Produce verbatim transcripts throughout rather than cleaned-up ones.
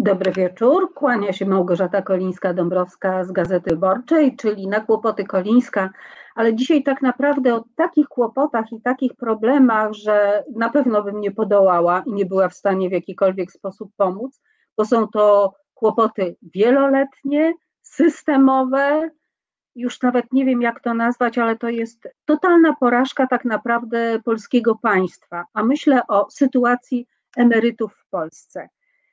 Dobry wieczór, kłania się Małgorzata Kolińska-Dąbrowska z Gazety Wyborczej, czyli Na kłopoty Kolińska, ale dzisiaj tak naprawdę o takich kłopotach i takich problemach, że na pewno bym nie podołała i nie była w stanie w jakikolwiek sposób pomóc, bo są to kłopoty wieloletnie, systemowe, już nawet nie wiem jak to nazwać, ale to jest totalna porażka tak naprawdę polskiego państwa, a myślę o sytuacji emerytów w Polsce.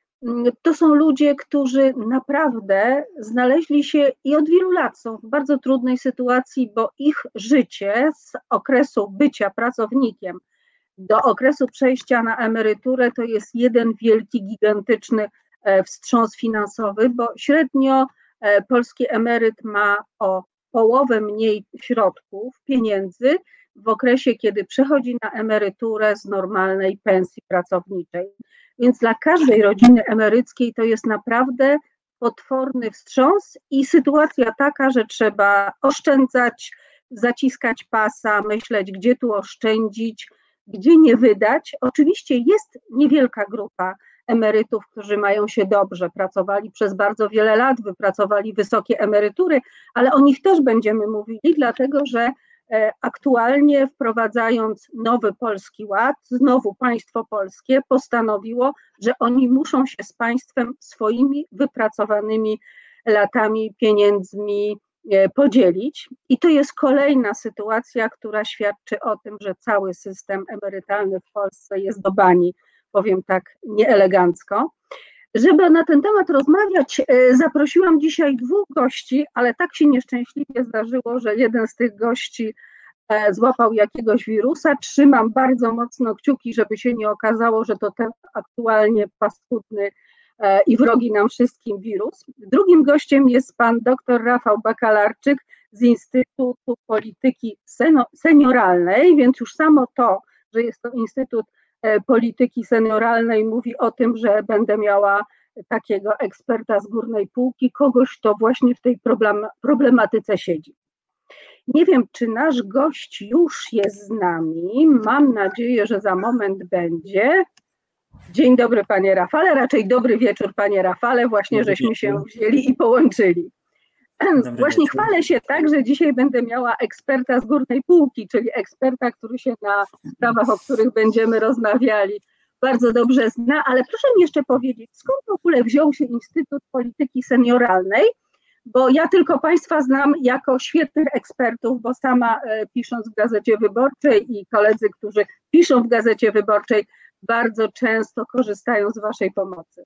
To są ludzie, którzy naprawdę znaleźli się i od wielu lat są w bardzo trudnej sytuacji, bo ich życie z okresu bycia pracownikiem do okresu przejścia na emeryturę to jest jeden wielki, gigantyczny wstrząs finansowy, bo średnio polski emeryt ma o połowę mniej środków, pieniędzy w okresie, kiedy przechodzi na emeryturę z normalnej pensji pracowniczej. Więc dla każdej rodziny emeryckiej to jest naprawdę potworny wstrząs i sytuacja taka, że trzeba oszczędzać, zaciskać pasa, myśleć, gdzie tu oszczędzić, gdzie nie wydać. Oczywiście jest niewielka grupa emerytów, którzy mają się dobrze, pracowali przez bardzo wiele lat, wypracowali wysokie emerytury, ale o nich też będziemy mówili, dlatego że aktualnie wprowadzając nowy Polski Ład, znowu państwo polskie postanowiło, że oni muszą się z państwem swoimi wypracowanymi latami, pieniędzmi podzielić. I to jest kolejna sytuacja, która świadczy o tym, że cały system emerytalny w Polsce jest do bani, powiem tak nieelegancko. Żeby na ten temat rozmawiać, zaprosiłam dzisiaj dwóch gości, ale tak się nieszczęśliwie zdarzyło, że jeden z tych gości złapał jakiegoś wirusa. Trzymam bardzo mocno kciuki, żeby się nie okazało, że to ten aktualnie paskudny i wrogi nam wszystkim wirus. Drugim gościem jest pan dr Rafał Bakalarczyk z Instytutu Polityki Senioralnej, więc już samo to, że jest to Instytut Polityki Senioralnej mówi o tym, że będę miała takiego eksperta z górnej półki, kogoś, kto właśnie w tej problematyce siedzi. Nie wiem, czy nasz gość już jest z nami. Mam nadzieję, że za moment będzie. Dzień dobry, panie Rafale, raczej dobry wieczór, panie Rafale. Właśnie Dobry żeśmy wieczór. się wzięli i połączyli. Dobry Właśnie wieczór. chwalę się tak, że dzisiaj będę miała eksperta z górnej półki, czyli eksperta, który się na sprawach, o których będziemy rozmawiali, bardzo dobrze zna, ale proszę mi jeszcze powiedzieć, skąd w ogóle wziął się Instytut Polityki Senioralnej, bo ja tylko państwa znam jako świetnych ekspertów, bo sama pisząc w Gazecie Wyborczej i koledzy, którzy piszą w Gazecie Wyborczej, bardzo często korzystają z waszej pomocy.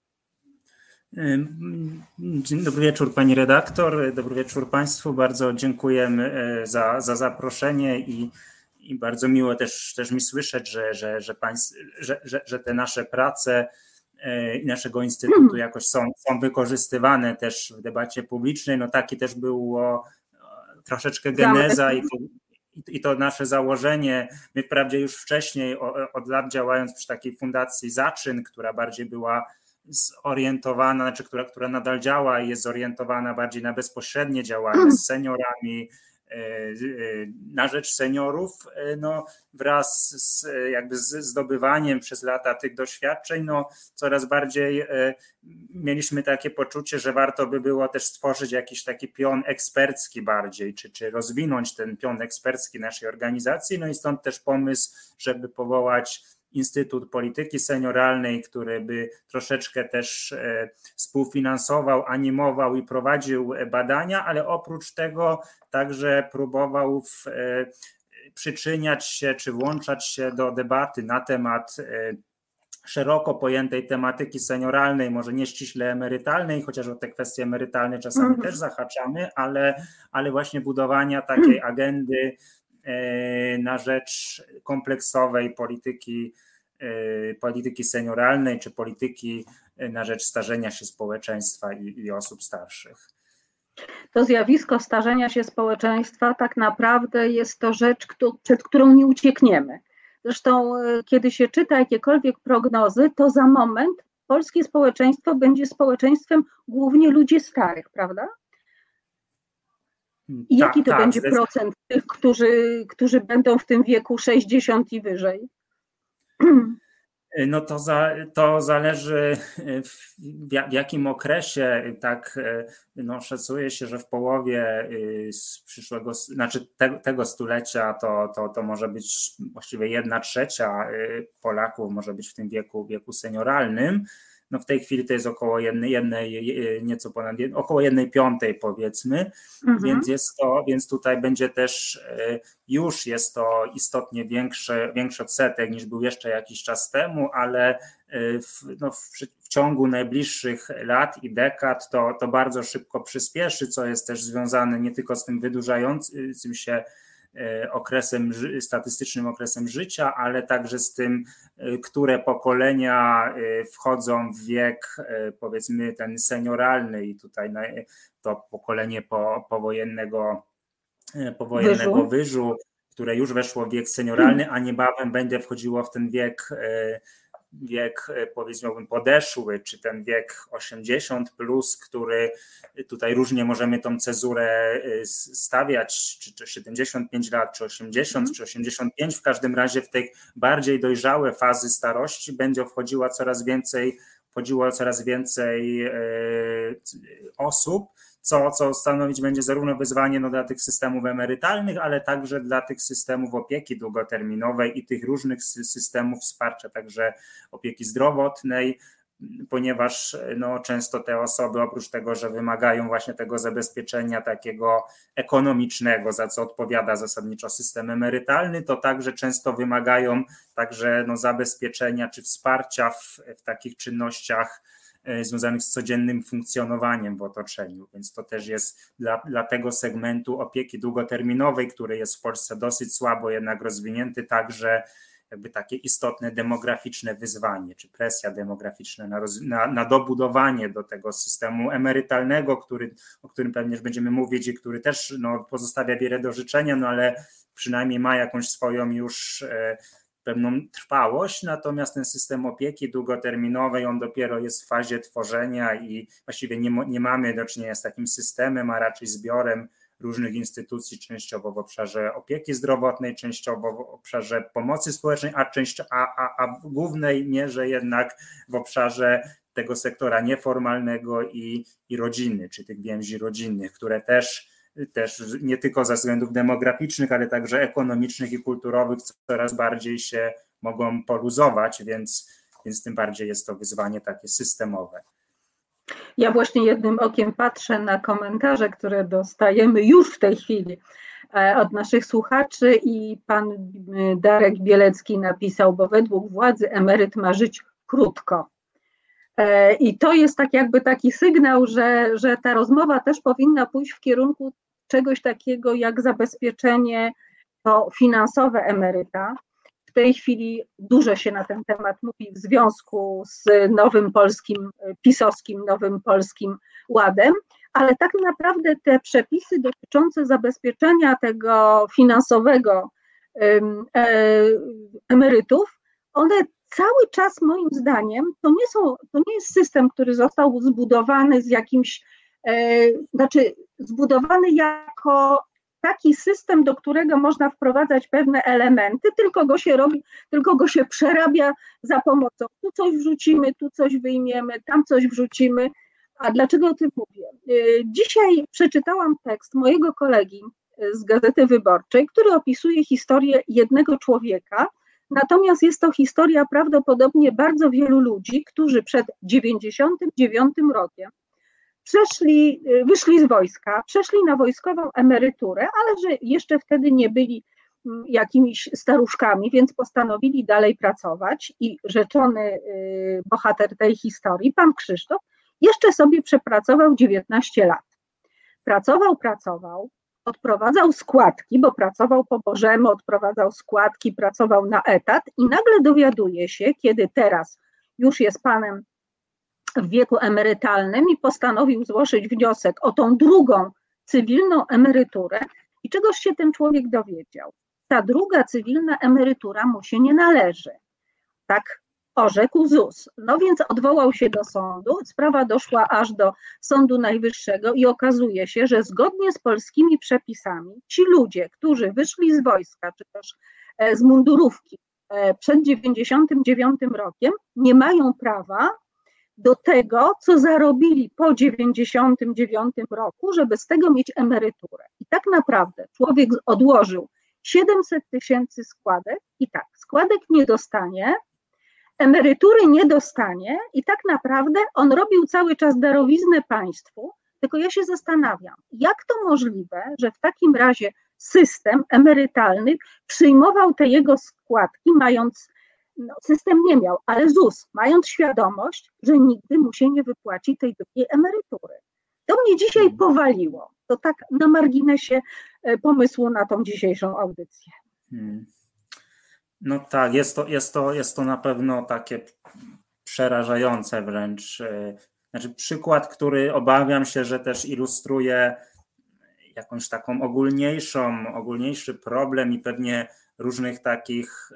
Dzień dobry wieczór pani redaktor, dobry wieczór państwu, bardzo dziękujemy za, za zaproszenie i, i bardzo miło też, też mi słyszeć, że, że, że, państw, że, że, że te nasze prace i naszego instytutu jakoś są, są wykorzystywane też w debacie publicznej. No taki też było troszeczkę geneza i to, i to nasze założenie. My wprawdzie już wcześniej od lat działając przy takiej fundacji Zaczyn, która bardziej była zorientowana, znaczy która, która nadal działa i jest zorientowana bardziej na bezpośrednie działanie z seniorami, na rzecz seniorów, no wraz z jakby z zdobywaniem przez lata tych doświadczeń, no coraz bardziej mieliśmy takie poczucie, że warto by było też stworzyć jakiś taki pion ekspercki bardziej, czy, czy rozwinąć ten pion ekspercki naszej organizacji, no i stąd też pomysł, żeby powołać Instytut Polityki Senioralnej, który by troszeczkę też współfinansował, animował i prowadził badania, ale oprócz tego także próbował w, przyczyniać się czy włączać się do debaty na temat szeroko pojętej tematyki senioralnej, może nie ściśle emerytalnej, chociaż o te kwestie emerytalne czasami mm. też zahaczamy, ale, ale właśnie budowania takiej agendy na rzecz kompleksowej polityki, polityki senioralnej czy polityki na rzecz starzenia się społeczeństwa i, i osób starszych. To zjawisko starzenia się społeczeństwa tak naprawdę jest to rzecz, przed którą nie uciekniemy. Zresztą kiedy się czyta jakiekolwiek prognozy, to za moment polskie społeczeństwo będzie społeczeństwem głównie ludzi starych, prawda? I jaki to tak, będzie tak, procent tych, którzy, którzy będą w tym wieku sześćdziesiąt i wyżej? No to, za, to zależy w, w jakim okresie, tak no, szacuje się, że w połowie z przyszłego, znaczy te, tego stulecia to, to, to może być właściwie jedna trzecia Polaków może być w tym wieku, wieku senioralnym. No w tej chwili to jest około jednej, jednej nieco ponad, około jednej piątej powiedzmy, mhm. więc jest to, więc tutaj będzie też, już jest to istotnie większy, większy odsetek niż był jeszcze jakiś czas temu, ale w, no w, w ciągu najbliższych lat i dekad to, to bardzo szybko przyspieszy, co jest też związane nie tylko z tym wydłużającym się okresem, statystycznym okresem życia, ale także z tym, które pokolenia wchodzą w wiek, powiedzmy, ten senioralny i tutaj to pokolenie po, powojennego, powojennego wyżu, które już weszło w wiek senioralny, a niebawem będzie wchodziło w ten wiek wiek, powiedzmy, podeszły, czy ten wiek osiemdziesiąt plus, który tutaj różnie możemy tą cezurę stawiać, czy, czy siedemdziesiąt pięć lat, czy osiemdziesiąt, czy osiemdziesiąt pięć, w każdym razie w tej bardziej dojrzałe fazy starości będzie wchodziło coraz więcej, wchodziło coraz więcej osób, Co, co stanowić będzie zarówno wyzwanie no, dla tych systemów emerytalnych, ale także dla tych systemów opieki długoterminowej i tych różnych systemów wsparcia, także opieki zdrowotnej, ponieważ no, często te osoby oprócz tego, że wymagają właśnie tego zabezpieczenia takiego ekonomicznego, za co odpowiada zasadniczo system emerytalny, to także często wymagają także no, zabezpieczenia czy wsparcia w, w takich czynnościach związanych z codziennym funkcjonowaniem w otoczeniu, więc to też jest dla, dla tego segmentu opieki długoterminowej, który jest w Polsce dosyć słabo jednak rozwinięty, także jakby takie istotne demograficzne wyzwanie, czy presja demograficzna na, roz, na, na dobudowanie do tego systemu emerytalnego, który, o którym pewnie będziemy mówić i który też no, pozostawia wiele do życzenia, no ale przynajmniej ma jakąś swoją już e, pewną trwałość, natomiast ten system opieki długoterminowej, on dopiero jest w fazie tworzenia i właściwie nie, nie mamy do czynienia z takim systemem, a raczej zbiorem różnych instytucji, częściowo w obszarze opieki zdrowotnej, częściowo w obszarze pomocy społecznej, a, część, a, a, a w głównej mierze jednak w obszarze tego sektora nieformalnego i, i rodziny, czy tych więzi rodzinnych, które też też nie tylko ze względów demograficznych, ale także ekonomicznych i kulturowych coraz bardziej się mogą poluzować, więc, więc tym bardziej jest to wyzwanie takie systemowe. Ja właśnie jednym okiem patrzę na komentarze, które dostajemy już w tej chwili od naszych słuchaczy i pan Darek Bielecki napisał, bo według władzy emeryt ma żyć krótko. I to jest tak jakby taki sygnał, że, że ta rozmowa też powinna pójść w kierunku czegoś takiego jak zabezpieczenie to finansowe emeryta. W tej chwili dużo się na ten temat mówi w związku z nowym polskim, pisowskim nowym polskim ładem, ale tak naprawdę te przepisy dotyczące zabezpieczenia tego finansowego emerytów, one cały czas moim zdaniem to nie są, to nie jest system, który został zbudowany z jakimś znaczy zbudowany jako taki system, do którego można wprowadzać pewne elementy, tylko go się robi, tylko go się przerabia za pomocą. Tu coś wrzucimy, tu coś wyjmiemy, tam coś wrzucimy. A dlaczego o tym mówię? Dzisiaj przeczytałam tekst mojego kolegi z Gazety Wyborczej, który opisuje historię jednego człowieka, natomiast jest to historia prawdopodobnie bardzo wielu ludzi, którzy przed dziewięćdziesiątym dziewiątym rokiem przeszli, wyszli z wojska, przeszli na wojskową emeryturę, ale że jeszcze wtedy nie byli jakimiś staruszkami, więc postanowili dalej pracować i rzeczony bohater tej historii, pan Krzysztof, jeszcze sobie przepracował dziewiętnaście lat. Pracował, pracował, odprowadzał składki, bo pracował po Bożemu, odprowadzał składki, pracował na etat i nagle dowiaduje się, kiedy teraz już jest panem w wieku emerytalnym i postanowił złożyć wniosek o tą drugą cywilną emeryturę i czegoś się ten człowiek dowiedział. Ta druga cywilna emerytura mu się nie należy. Tak orzekł Z U S. No więc odwołał się do sądu, sprawa doszła aż do Sądu Najwyższego i okazuje się, że zgodnie z polskimi przepisami ci ludzie, którzy wyszli z wojska, czy też z mundurówki przed dziewięćdziesiątym dziewiątym rokiem, nie mają prawa do tego, co zarobili po dziewięćdziesiątym dziewiątym roku, żeby z tego mieć emeryturę. I tak naprawdę człowiek odłożył siedemset tysięcy składek i tak, składek nie dostanie, emerytury nie dostanie i tak naprawdę on robił cały czas darowiznę państwu, tylko ja się zastanawiam, jak to możliwe, że w takim razie system emerytalny przyjmował te jego składki, mając, no, system nie miał, ale ZUS, mając świadomość, że nigdy mu się nie wypłaci tej drugiej emerytury. To mnie dzisiaj powaliło. To tak na marginesie pomysłu na tą dzisiejszą audycję. Hmm. No tak, jest to, jest to, jest to na pewno takie przerażające wręcz. Znaczy przykład, który obawiam się, że też ilustruje jakąś taką ogólniejszą, ogólniejszy problem i pewnie różnych takich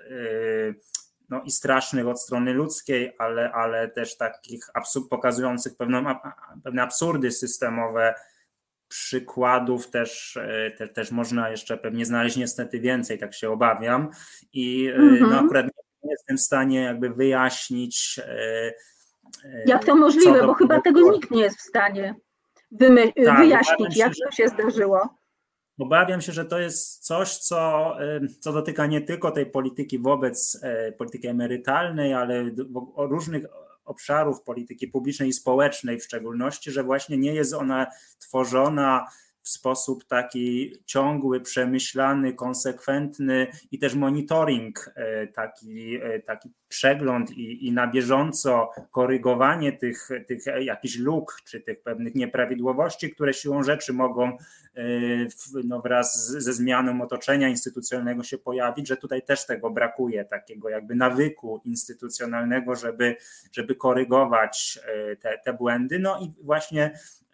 no i strasznych od strony ludzkiej, ale, ale też takich absur- pokazujących pewną, pewne absurdy systemowe przykładów też, te, też można jeszcze pewnie znaleźć niestety więcej, tak się obawiam. I mm-hmm. no akurat nie jestem w stanie jakby wyjaśnić. Jak to możliwe, bo chyba tego nikt nie jest w stanie wymy- tak, wyjaśnić, jak to się zdarzyło. Obawiam się, że to jest coś, co, co dotyka nie tylko tej polityki wobec polityki emerytalnej, ale różnych obszarów polityki publicznej i społecznej w szczególności, że właśnie nie jest ona tworzona w sposób taki ciągły, przemyślany, konsekwentny i też monitoring, taki, taki przegląd i, i na bieżąco korygowanie tych, tych jakichś luk czy tych pewnych nieprawidłowości, które siłą rzeczy mogą no, wraz ze zmianą otoczenia instytucjonalnego się pojawić, że tutaj też tego brakuje, takiego jakby nawyku instytucjonalnego, żeby, żeby korygować te, te błędy. No i właśnie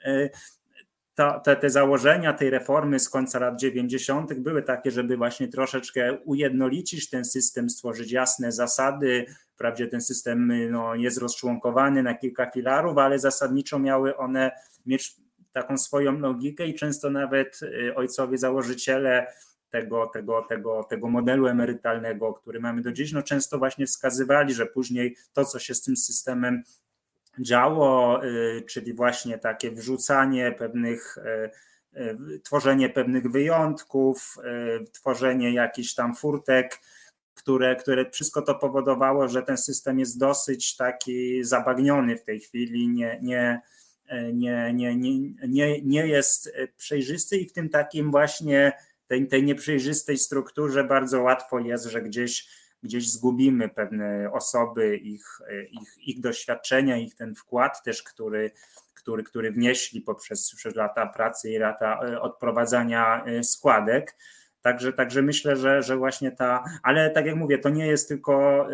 To, te, te założenia tej reformy z końca lat dziewięćdziesiątych były takie, żeby właśnie troszeczkę ujednolicić ten system, stworzyć jasne zasady. Wprawdzie ten system no, jest rozczłonkowany na kilka filarów, ale zasadniczo miały one mieć taką swoją logikę i często nawet ojcowie założyciele tego, tego, tego, tego modelu emerytalnego, który mamy do dziś, no często właśnie wskazywali, że później to, co się z tym systemem działo, czyli właśnie takie wrzucanie pewnych, tworzenie pewnych wyjątków, tworzenie jakichś tam furtek, które, które wszystko to powodowało, że ten system jest dosyć taki zabagniony w tej chwili, nie, nie, nie, nie, nie, nie, nie jest przejrzysty i w tym takim właśnie tej, tej nieprzejrzystej strukturze bardzo łatwo jest, że gdzieś gdzieś zgubimy pewne osoby, ich, ich, ich doświadczenia, ich ten wkład też, który, który, który wnieśli poprzez, przez lata pracy i lata odprowadzania składek. Także, także myślę, że, że właśnie ta, ale tak jak mówię, to nie jest tylko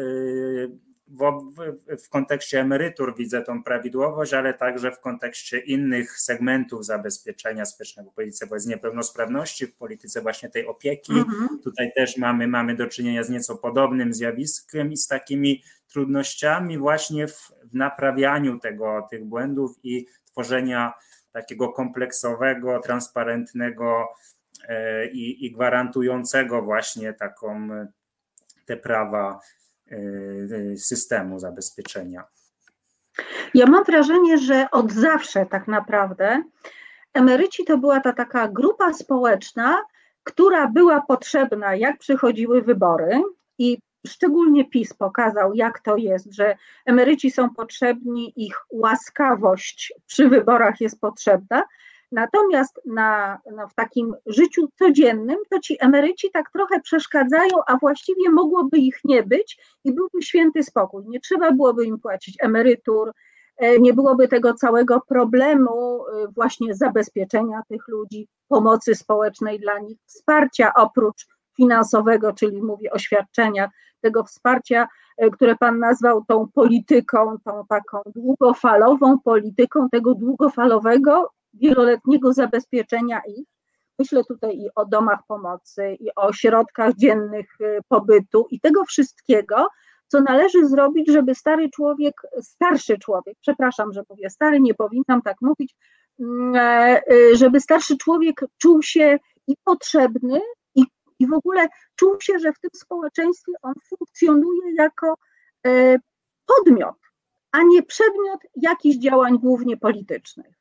w, w, w kontekście emerytur widzę tą prawidłowość, ale także w kontekście innych segmentów zabezpieczenia społecznego w polityce wobec niepełnosprawności, w polityce właśnie tej opieki. Mhm. Tutaj też mamy, mamy do czynienia z nieco podobnym zjawiskiem i z takimi trudnościami właśnie w, w naprawianiu tego, tych błędów i tworzenia takiego kompleksowego, transparentnego e, i, i gwarantującego właśnie taką te prawa systemu zabezpieczenia. Ja mam wrażenie, że od zawsze tak naprawdę emeryci to była ta taka grupa społeczna, która była potrzebna, jak przychodziły wybory i szczególnie PiS pokazał, jak to jest, że emeryci są potrzebni, ich łaskawość przy wyborach jest potrzebna. Natomiast na, no w takim życiu codziennym to ci emeryci tak trochę przeszkadzają, a właściwie mogłoby ich nie być i byłby święty spokój. Nie trzeba byłoby im płacić emerytur, nie byłoby tego całego problemu właśnie zabezpieczenia tych ludzi, pomocy społecznej dla nich, wsparcia oprócz finansowego, czyli mówię o świadczeniach, tego wsparcia, które pan nazwał tą polityką, tą taką długofalową polityką, tego długofalowego wieloletniego zabezpieczenia ich. Myślę tutaj i o domach pomocy, i o ośrodkach dziennych pobytu i tego wszystkiego, co należy zrobić, żeby stary człowiek, starszy człowiek, przepraszam, że mówię stary, nie powinnam tak mówić, żeby starszy człowiek czuł się i potrzebny, i, i w ogóle czuł się, że w tym społeczeństwie on funkcjonuje jako podmiot, a nie przedmiot jakichś działań głównie politycznych.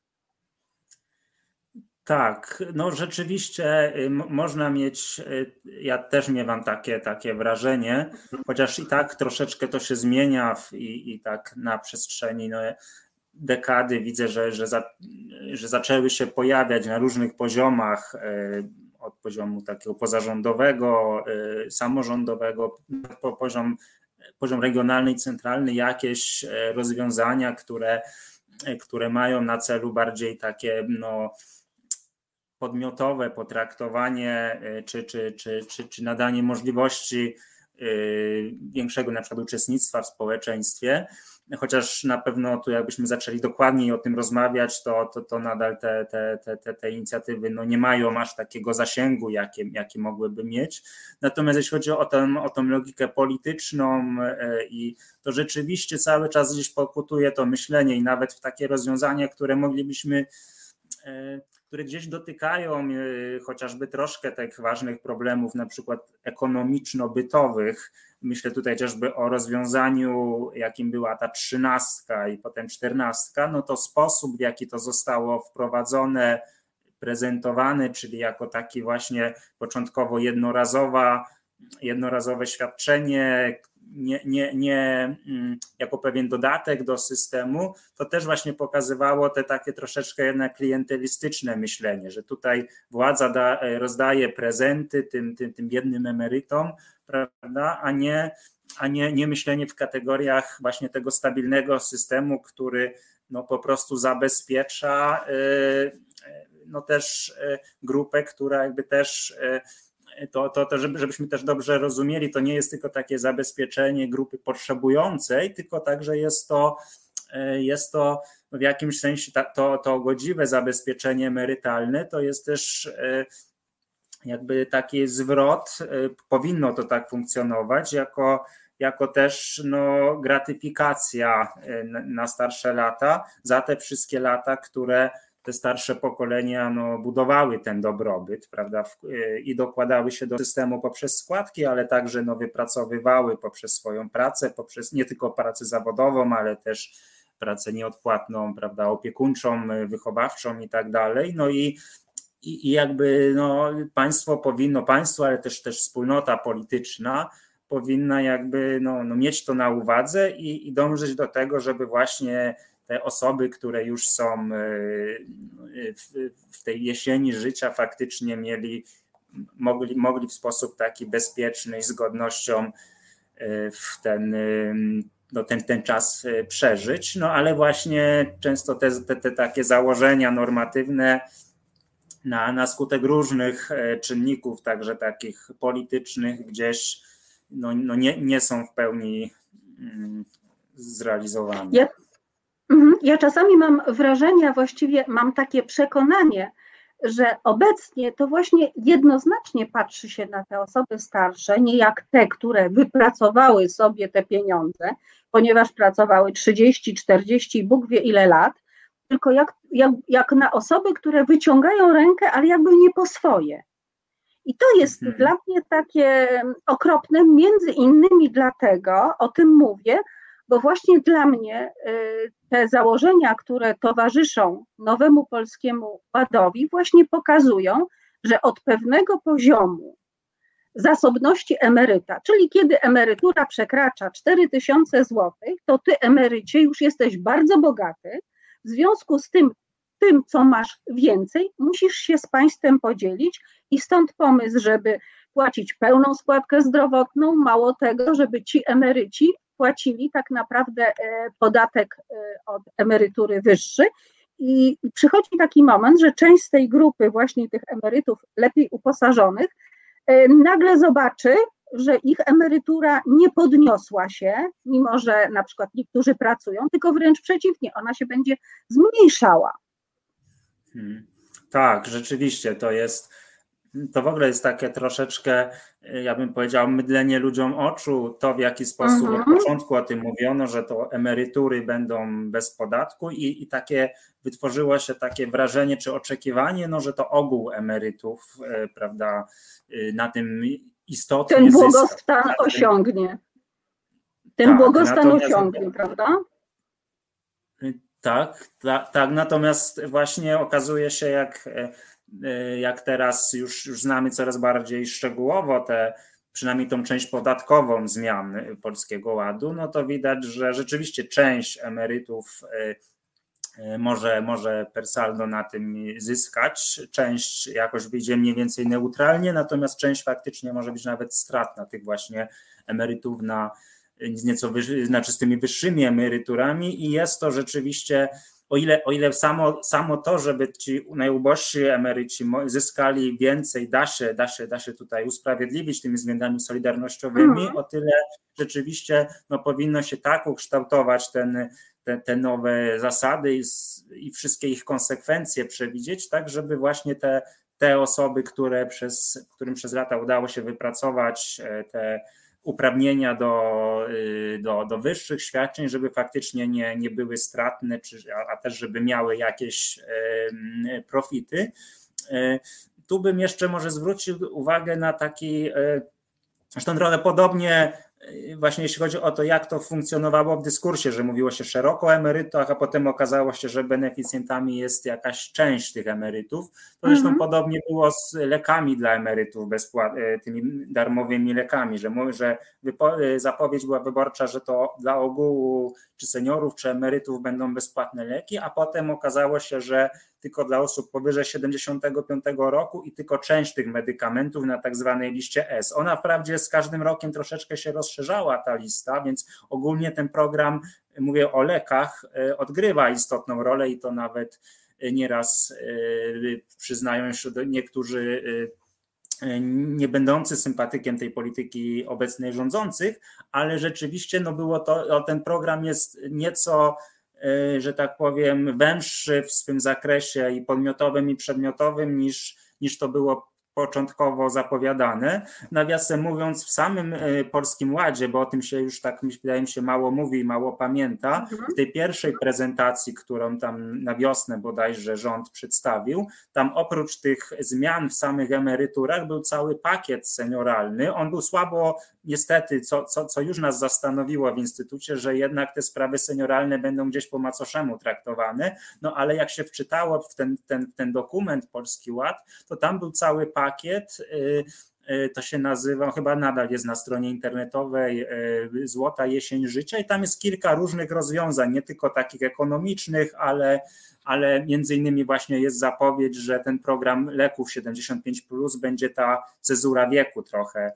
Tak, no rzeczywiście można mieć, ja też miewam takie, takie wrażenie, chociaż i tak troszeczkę to się zmienia i, i tak na przestrzeni no, dekady widzę, że, że, za, że zaczęły się pojawiać na różnych poziomach, od poziomu takiego pozarządowego, samorządowego, po poziom, poziom regionalny i centralny, jakieś rozwiązania, które, które mają na celu bardziej takie no, podmiotowe potraktowanie czy, czy, czy, czy, czy nadanie możliwości większego na przykład uczestnictwa w społeczeństwie, chociaż na pewno tu jakbyśmy zaczęli dokładniej o tym rozmawiać, to, to, to nadal te, te, te, te inicjatywy no nie mają aż takiego zasięgu, jakie, jakie mogłyby mieć. Natomiast jeśli chodzi o tę, o tę logikę polityczną i to rzeczywiście cały czas gdzieś pokutuje to myślenie i nawet w takie rozwiązania, które moglibyśmy które gdzieś dotykają chociażby troszkę tych ważnych problemów, na przykład ekonomiczno-bytowych. Myślę tutaj chociażby o rozwiązaniu, jakim była ta trzynastka i potem czternastka, no to sposób, w jaki to zostało wprowadzone, prezentowane, czyli jako taki właśnie początkowo jednorazowa, jednorazowe świadczenie, nie, nie, nie jako pewien dodatek do systemu, to też właśnie pokazywało te takie troszeczkę jednak klientelistyczne myślenie, że tutaj władza da, rozdaje prezenty tym, tym, tym biednym emerytom, prawda, a nie, a nie, nie myślenie w kategoriach właśnie tego stabilnego systemu, który no po prostu zabezpiecza no też grupę, która jakby też To, to, to żebyśmy też dobrze rozumieli, to nie jest tylko takie zabezpieczenie grupy potrzebującej, tylko także jest to, jest to w jakimś sensie to, to godziwe zabezpieczenie emerytalne, to jest też jakby taki zwrot, powinno to tak funkcjonować, jako, jako też no, gratyfikacja na starsze lata za te wszystkie lata, które te starsze pokolenia no, budowały ten dobrobyt, prawda, i dokładały się do systemu poprzez składki, ale także no, wypracowywały poprzez swoją pracę, poprzez nie tylko pracę zawodową, ale też pracę nieodpłatną, prawda, opiekuńczą, wychowawczą i tak dalej. No i, i, i jakby no, państwo powinno, państwo, ale też, też wspólnota polityczna powinna jakby no, no, mieć to na uwadze i, i dążyć do tego, żeby właśnie te osoby, które już są w tej jesieni życia faktycznie mieli, mogli, mogli w sposób taki bezpieczny i z godnością w ten, no ten, ten czas przeżyć, no ale właśnie często te, te, te takie założenia normatywne na, na skutek różnych czynników, także takich politycznych gdzieś no, no nie, nie są w pełni zrealizowane. Ja, ja czasami mam wrażenie, a właściwie mam takie przekonanie, że obecnie to właśnie jednoznacznie patrzy się na te osoby starsze, nie jak te, które wypracowały sobie te pieniądze, ponieważ pracowały trzydzieści, czterdzieści i Bóg wie ile lat, tylko jak, jak, jak na osoby, które wyciągają rękę, ale jakby nie po swoje. I to jest hmm. dla mnie takie okropne, między innymi dlatego, o tym mówię, bo właśnie dla mnie te założenia, które towarzyszą nowemu Polskiemu Ładowi, właśnie pokazują, że od pewnego poziomu zasobności emeryta, czyli kiedy emerytura przekracza cztery tysiące złotych, to ty, emerycie, już jesteś bardzo bogaty, w związku z tym, tym, co masz więcej, musisz się z państwem podzielić i stąd pomysł, żeby płacić pełną składkę zdrowotną, mało tego, żeby ci emeryci płacili tak naprawdę podatek od emerytury wyższy i przychodzi taki moment, że część z tej grupy właśnie tych emerytów lepiej uposażonych nagle zobaczy, że ich emerytura nie podniosła się, mimo że na przykład niektórzy pracują, tylko wręcz przeciwnie, ona się będzie zmniejszała. Hmm. Tak, rzeczywiście to jest to w ogóle jest takie troszeczkę, ja bym powiedział, mydlenie ludziom oczu, to w jaki sposób Mhm. od początku o tym mówiono, że to emerytury będą bez podatku i, i takie wytworzyło się takie wrażenie czy oczekiwanie, no, że to ogół emerytów, prawda, na tym istotnie Ten zyska. błogostan osiągnie. Ten tak, błogostan osiągnie, prawda? Tak, tak, tak, natomiast właśnie okazuje się, jak, jak teraz już, już znamy coraz bardziej szczegółowo te, przynajmniej tą część podatkową zmian Polskiego Ładu, no to widać, że rzeczywiście część emerytów może, może per saldo na tym zyskać, część jakoś wyjdzie mniej więcej neutralnie, natomiast część faktycznie może być nawet stratna tych właśnie emerytów na z nieco wyższy, znaczy z tymi wyższymi emeryturami i jest to rzeczywiście, o ile, o ile samo, samo to, żeby ci najubożsi emeryci zyskali więcej, da się, da się, da się tutaj usprawiedliwić tymi względami solidarnościowymi, mm. o tyle rzeczywiście no, powinno się tak ukształtować ten, te, te nowe zasady i, i wszystkie ich konsekwencje przewidzieć, tak żeby właśnie te, te osoby, które przez, którym przez lata udało się wypracować te uprawnienia do, do, do wyższych świadczeń, żeby faktycznie nie, nie były stratne, czy, a, a też żeby miały jakieś e, profity. E, tu bym jeszcze może zwrócił uwagę na taki, e, zresztą trochę podobnie właśnie jeśli chodzi o to, jak to funkcjonowało w dyskursie, że mówiło się szeroko o emerytach, a potem okazało się, że beneficjentami jest jakaś część tych emerytów. To zresztą mm-hmm. podobnie było z lekami dla emerytów, bezpłat, tymi darmowymi lekami, że, że wypo- zapowiedź była wyborcza, że to dla ogółu czy seniorów, czy emerytów będą bezpłatne leki, a potem okazało się, że tylko dla osób powyżej siedemdziesiątego piątego roku i tylko część tych medykamentów na tak zwanej liście S. Ona wprawdzie z każdym rokiem troszeczkę się rozszerzała ta lista, więc ogólnie ten program, mówię o lekach, odgrywa istotną rolę i to nawet nieraz przyznają się niektórzy nie będący sympatykiem tej polityki obecnej rządzących, ale rzeczywiście no było to, ten program jest nieco, że tak powiem, węższy w swym zakresie i podmiotowym i przedmiotowym niż, niż to było początkowo zapowiadane. Nawiasem mówiąc, w samym Polskim Ładzie, bo o tym się już tak wydaje mi się mało mówi i mało pamięta, w tej pierwszej prezentacji, którą tam na wiosnę bodajże rząd przedstawił, tam oprócz tych zmian w samych emeryturach był cały pakiet senioralny. On był słabo, niestety, co, co, co już nas zastanowiło w Instytucie, że jednak te sprawy senioralne będą gdzieś po macoszemu traktowane, no ale jak się wczytało w ten, ten, ten dokument Polski Ład, to tam był cały pakiet pakiet, to się nazywa, chyba nadal jest na stronie internetowej Złota Jesień Życia i tam jest kilka różnych rozwiązań, nie tylko takich ekonomicznych, ale, ale między innymi właśnie jest zapowiedź, że ten program leków siedemdziesiąt pięć plus będzie ta cezura wieku trochę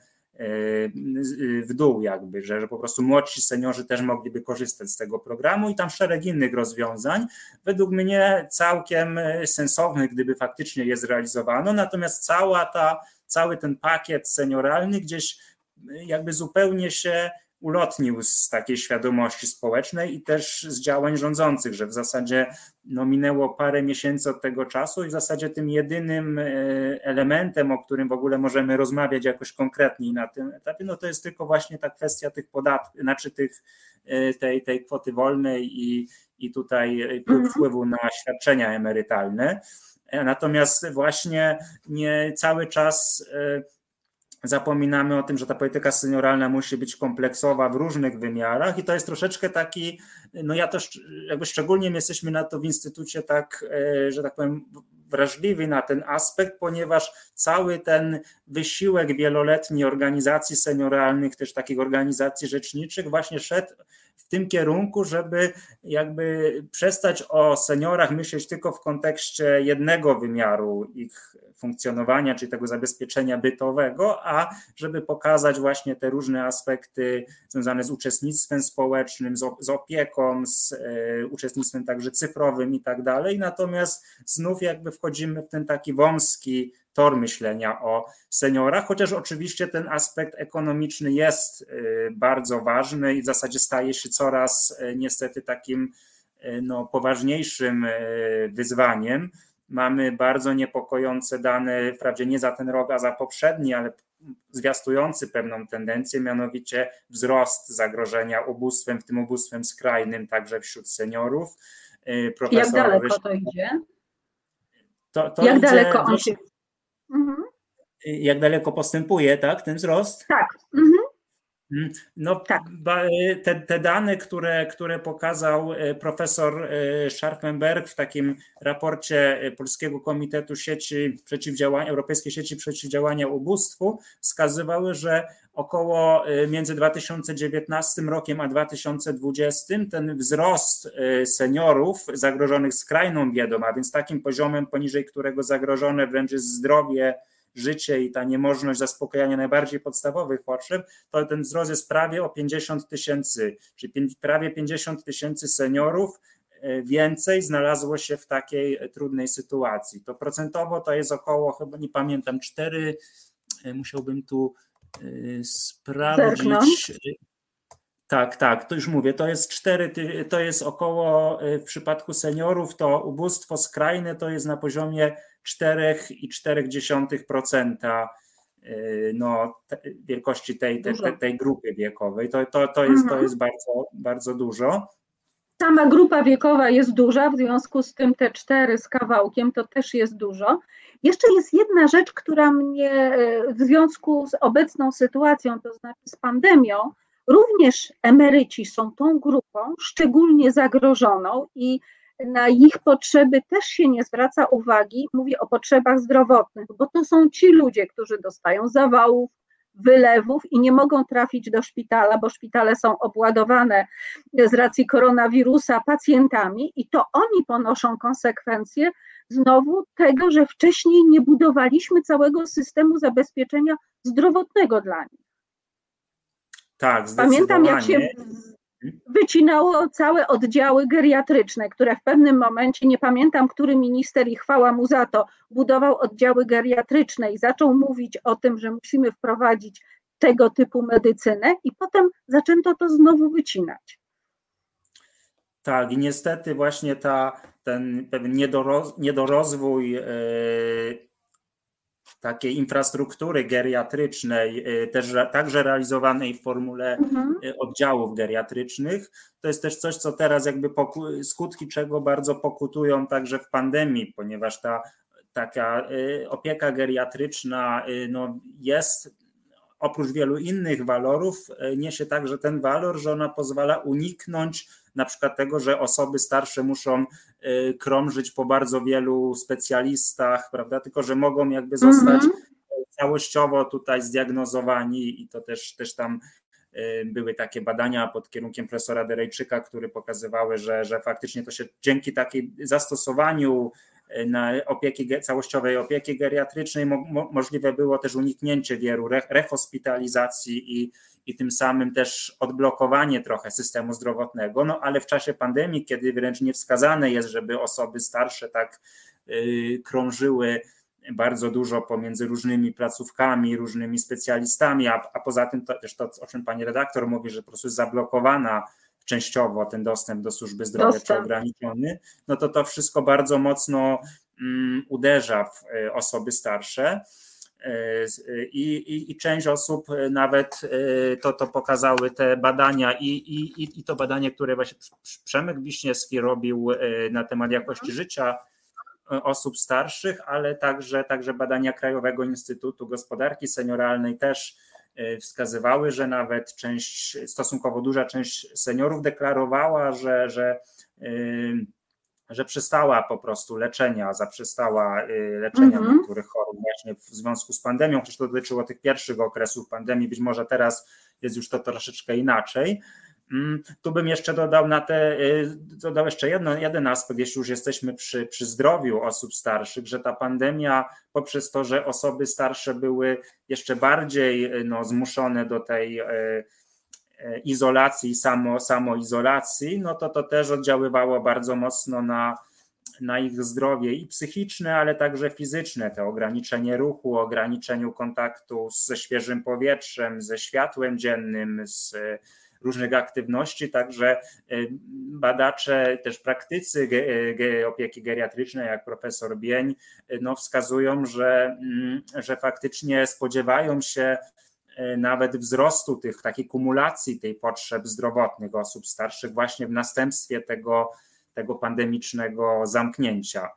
w dół jakby, że, że po prostu młodsi seniorzy też mogliby korzystać z tego programu i tam szereg innych rozwiązań, według mnie całkiem sensownych, gdyby faktycznie je zrealizowano, natomiast cała ta, cały ten pakiet senioralny gdzieś jakby zupełnie się ulotnił z takiej świadomości społecznej i też z działań rządzących, że w zasadzie no, minęło parę miesięcy od tego czasu i w zasadzie tym jedynym elementem, o którym w ogóle możemy rozmawiać jakoś konkretniej na tym etapie, no to jest tylko właśnie ta kwestia tych podatków, znaczy tych, tej, tej kwoty wolnej i, i tutaj wpływu na świadczenia emerytalne. Natomiast właśnie nie cały czas zapominamy o tym, że ta polityka senioralna musi być kompleksowa w różnych wymiarach i to jest troszeczkę taki, no ja też jakby szczególnie my jesteśmy na to w Instytucie tak, że tak powiem, wrażliwi na ten aspekt, ponieważ cały ten wysiłek wieloletni organizacji senioralnych, też takich organizacji rzeczniczych właśnie szedł w tym kierunku, żeby jakby przestać o seniorach myśleć tylko w kontekście jednego wymiaru ich funkcjonowania, czyli tego zabezpieczenia bytowego, a żeby pokazać właśnie te różne aspekty związane z uczestnictwem społecznym, z opieką, z uczestnictwem także cyfrowym i tak dalej. Natomiast znów jakby wchodzimy w ten taki wąski tor myślenia o seniorach, chociaż oczywiście ten aspekt ekonomiczny jest bardzo ważny i w zasadzie staje się coraz niestety takim no, poważniejszym wyzwaniem. mamy bardzo niepokojące dane, wprawdzie nie za ten rok, a za poprzedni, ale zwiastujący pewną tendencję, mianowicie wzrost zagrożenia ubóstwem, w tym ubóstwem skrajnym także wśród seniorów. Profesor Jak daleko Ryszard, to idzie? To, to Jak idzie daleko on się... Mhm. Jak daleko postępuje, tak, ten wzrost? Tak. Mhm. No, tak. te, te dane, które, które pokazał profesor Scharfenberg w takim raporcie Polskiego Komitetu Sieci Przeciwdziałania, Europejskiej Sieci Przeciwdziałania Ubóstwu, wskazywały, że około między dwa tysiące dziewiętnastym rokiem a dwa tysiące dwudziestym ten wzrost seniorów zagrożonych skrajną biedą, a więc takim poziomem, poniżej którego zagrożone wręcz jest zdrowie, życie i ta niemożność zaspokojenia najbardziej podstawowych potrzeb, to ten wzrost jest prawie o pięćdziesiąt tysięcy, czyli prawie pięćdziesiąt tysięcy seniorów więcej znalazło się w takiej trudnej sytuacji. To procentowo to jest około, chyba nie pamiętam, cztery, musiałbym tu sprawdzić. Zerknąć. Tak, tak, to już mówię, to jest cztery, to jest około, w przypadku seniorów to ubóstwo skrajne to jest na poziomie cztery przecinek cztery procent no, wielkości tej, tej, tej grupy wiekowej. To, to, to, jest, to jest bardzo, bardzo dużo. Sama grupa wiekowa jest duża, w związku z tym te cztery z kawałkiem to też jest dużo. Jeszcze jest jedna rzecz, która mnie w związku z obecną sytuacją, to znaczy z pandemią, również emeryci są tą grupą szczególnie zagrożoną i na ich potrzeby też się nie zwraca uwagi. Mówię o potrzebach zdrowotnych, bo to są ci ludzie, którzy dostają zawałów, wylewów i nie mogą trafić do szpitala, bo szpitale są obładowane z racji koronawirusa pacjentami i to oni ponoszą konsekwencje znowu tego, że wcześniej nie budowaliśmy całego systemu zabezpieczenia zdrowotnego dla nich. Tak, Pamiętam, jak się wycinało całe oddziały geriatryczne, które w pewnym momencie, nie pamiętam, który minister i chwała mu za to, budował oddziały geriatryczne i zaczął mówić o tym, że musimy wprowadzić tego typu medycynę i potem zaczęto to znowu wycinać. Tak, i niestety właśnie ta, ten pewien niedoroz, niedorozwój yy, takiej infrastruktury geriatrycznej, też także realizowanej w formule mhm. oddziałów geriatrycznych. To jest też coś, co teraz jakby poku- skutki czego bardzo pokutują także w pandemii, ponieważ ta taka opieka geriatryczna no, jest oprócz wielu innych walorów, niesie także ten walor, że ona pozwala uniknąć na przykład tego, że osoby starsze muszą krążyć po bardzo wielu specjalistach, prawda, tylko że mogą jakby zostać mm-hmm. całościowo tutaj zdiagnozowani i to też, też tam były takie badania pod kierunkiem profesora Derejczyka, które pokazywały, że, że faktycznie to się dzięki takiej zastosowaniu na opieki, całościowej opieki geriatrycznej mo, mo, możliwe było też uniknięcie wielu re, rehospitalizacji i, i tym samym też odblokowanie trochę systemu zdrowotnego, no ale w czasie pandemii, kiedy wręcz niewskazane jest, żeby osoby starsze tak yy, krążyły bardzo dużo pomiędzy różnymi placówkami, różnymi specjalistami, a, a poza tym to, też to, o czym pani redaktor mówi, że po prostu jest zablokowana częściowo ten dostęp do służby zdrowia dostęp. czy ograniczony, no to to wszystko bardzo mocno um, uderza w y, osoby starsze y, i, i część osób nawet y, to, to pokazały te badania i, i, i to badanie, które właśnie Przemek Wiśniewski robił y, na temat jakości życia osób starszych, ale także, także badania Krajowego Instytutu Gospodarki Senioralnej też wskazywały, że nawet część, stosunkowo duża część seniorów deklarowała, że, że, że przestała po prostu leczenia, zaprzestała leczenia mm-hmm. niektórych chorób właśnie w związku z pandemią, chociaż to dotyczyło tych pierwszych okresów pandemii, być może teraz jest już to troszeczkę inaczej. Tu bym jeszcze dodał na te, dodał jeszcze jedno, jeden aspekt, jeśli już jesteśmy przy, przy zdrowiu osób starszych, że ta pandemia poprzez to, że osoby starsze były jeszcze bardziej no, zmuszone do tej izolacji, samo, samoizolacji, no to to też oddziaływało bardzo mocno na, na ich zdrowie i psychiczne, ale także fizyczne, to ograniczenie ruchu, ograniczeniu kontaktu ze świeżym powietrzem, ze światłem dziennym, z różnych aktywności, także badacze, też praktycy ge, ge, opieki geriatrycznej, jak profesor Bień, no wskazują, że, że faktycznie spodziewają się nawet wzrostu tych, takiej kumulacji tej potrzeb zdrowotnych osób starszych właśnie w następstwie tego, tego pandemicznego zamknięcia.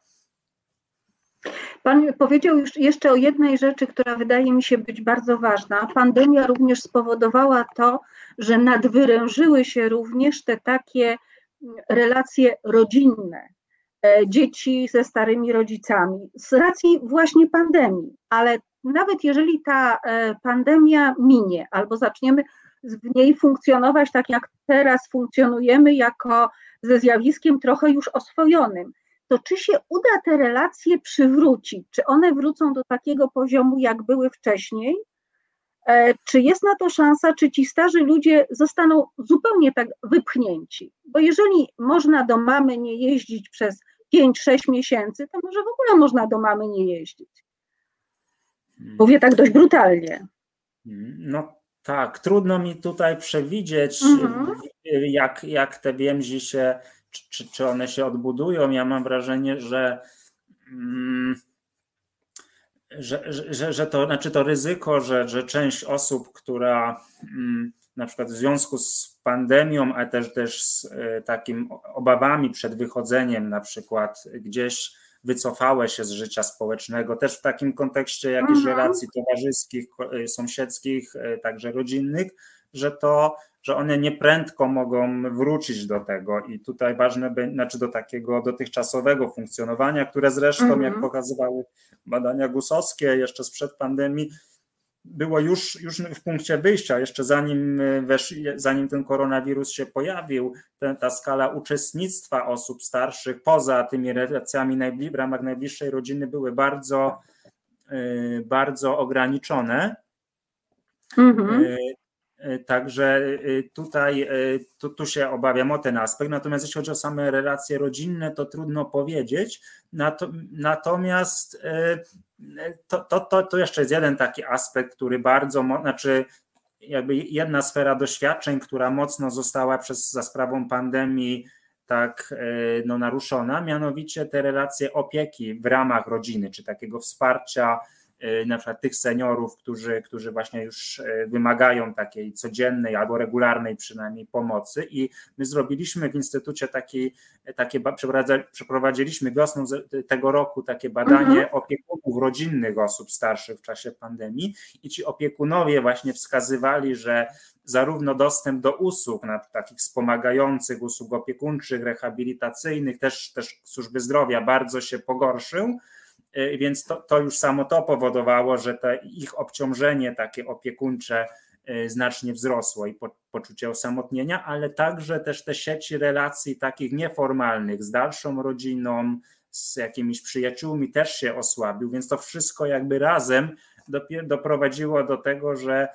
Pan powiedział już jeszcze o jednej rzeczy, która wydaje mi się być bardzo ważna. Pandemia również spowodowała to, że nadwyrężyły się również te takie relacje rodzinne, dzieci ze starymi rodzicami, z racji właśnie pandemii. Ale nawet jeżeli ta pandemia minie albo zaczniemy w niej funkcjonować tak, jak teraz funkcjonujemy, jako ze zjawiskiem trochę już oswojonym, to czy się uda te relacje przywrócić? Czy one wrócą do takiego poziomu, jak były wcześniej? Czy jest na to szansa, czy ci starzy ludzie zostaną zupełnie tak wypchnięci? Bo jeżeli można do mamy nie jeździć przez pięć sześć miesięcy, to może w ogóle można do mamy nie jeździć. Mówię tak dość brutalnie. No tak, trudno mi tutaj przewidzieć, mhm. jak, jak te więzi się, czy, czy one się odbudują. Ja mam wrażenie, że, że, że, że to znaczy to ryzyko, że, że część osób, która na przykład w związku z pandemią, a też, też z takim obawami przed wychodzeniem na przykład gdzieś wycofałe się z życia społecznego, też w takim kontekście jakichś mhm. relacji towarzyskich, sąsiedzkich, także rodzinnych, że to, że one nieprędko mogą wrócić do tego i tutaj ważne, znaczy do takiego dotychczasowego funkcjonowania, które zresztą, mhm. jak pokazywały badania gusowskie jeszcze sprzed pandemii, było już, już w punkcie wyjścia, jeszcze zanim, wesz, zanim ten koronawirus się pojawił, ten, ta skala uczestnictwa osób starszych poza tymi relacjami najbli, w ramach najbliższej rodziny były bardzo, y, bardzo ograniczone. Mhm. Y, y, także y, tutaj y, tu, tu się obawiam o ten aspekt, natomiast jeśli chodzi o same relacje rodzinne, to trudno powiedzieć, Nato, natomiast y, To, to, to, to jeszcze jest jeden taki aspekt, który bardzo, znaczy jakby jedna sfera doświadczeń, która mocno została przez, za sprawą pandemii tak no, naruszona, mianowicie te relacje opieki w ramach rodziny, czy takiego wsparcia na przykład tych seniorów, którzy, którzy właśnie już wymagają takiej codziennej albo regularnej przynajmniej pomocy i my zrobiliśmy w Instytucie taki, takie, przeprowadziliśmy wiosną tego roku takie badanie mhm. opiekunów rodzinnych osób starszych w czasie pandemii i ci opiekunowie właśnie wskazywali, że zarówno dostęp do usług, na takich wspomagających, usług opiekuńczych, rehabilitacyjnych, też, też służby zdrowia bardzo się pogorszył, więc to, to już samo to powodowało, że te ich obciążenie takie opiekuńcze znacznie wzrosło i po, poczucie osamotnienia, ale także też te sieci relacji takich nieformalnych z dalszą rodziną, z jakimiś przyjaciółmi też się osłabił, więc to wszystko jakby razem doprowadziło do tego, że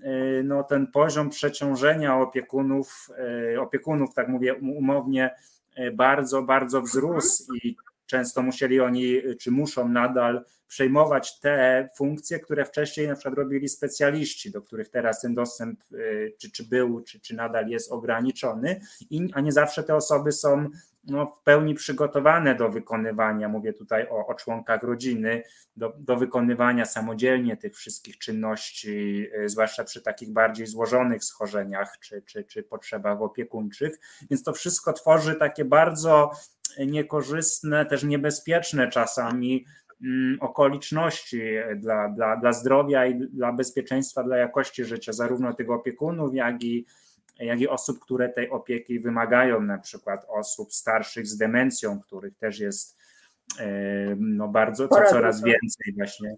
no, ten poziom przeciążenia opiekunów, opiekunów, tak mówię umownie, bardzo, bardzo wzrósł i często musieli oni, czy muszą nadal przejmować te funkcje, które wcześniej na przykład robili specjaliści, do których teraz ten dostęp czy, czy był, czy, czy nadal jest ograniczony, i, a nie zawsze te osoby są no, w pełni przygotowane do wykonywania, mówię tutaj o, o członkach rodziny, do, do wykonywania samodzielnie tych wszystkich czynności, zwłaszcza przy takich bardziej złożonych schorzeniach, czy, czy, czy potrzebach opiekuńczych, więc to wszystko tworzy takie bardzo niekorzystne, też niebezpieczne czasami okoliczności dla, dla, dla zdrowia i dla bezpieczeństwa, dla jakości życia zarówno tych opiekunów, jak i, jak i osób, które tej opieki wymagają, na przykład osób starszych z demencją, których też jest no bardzo, co coraz więcej właśnie.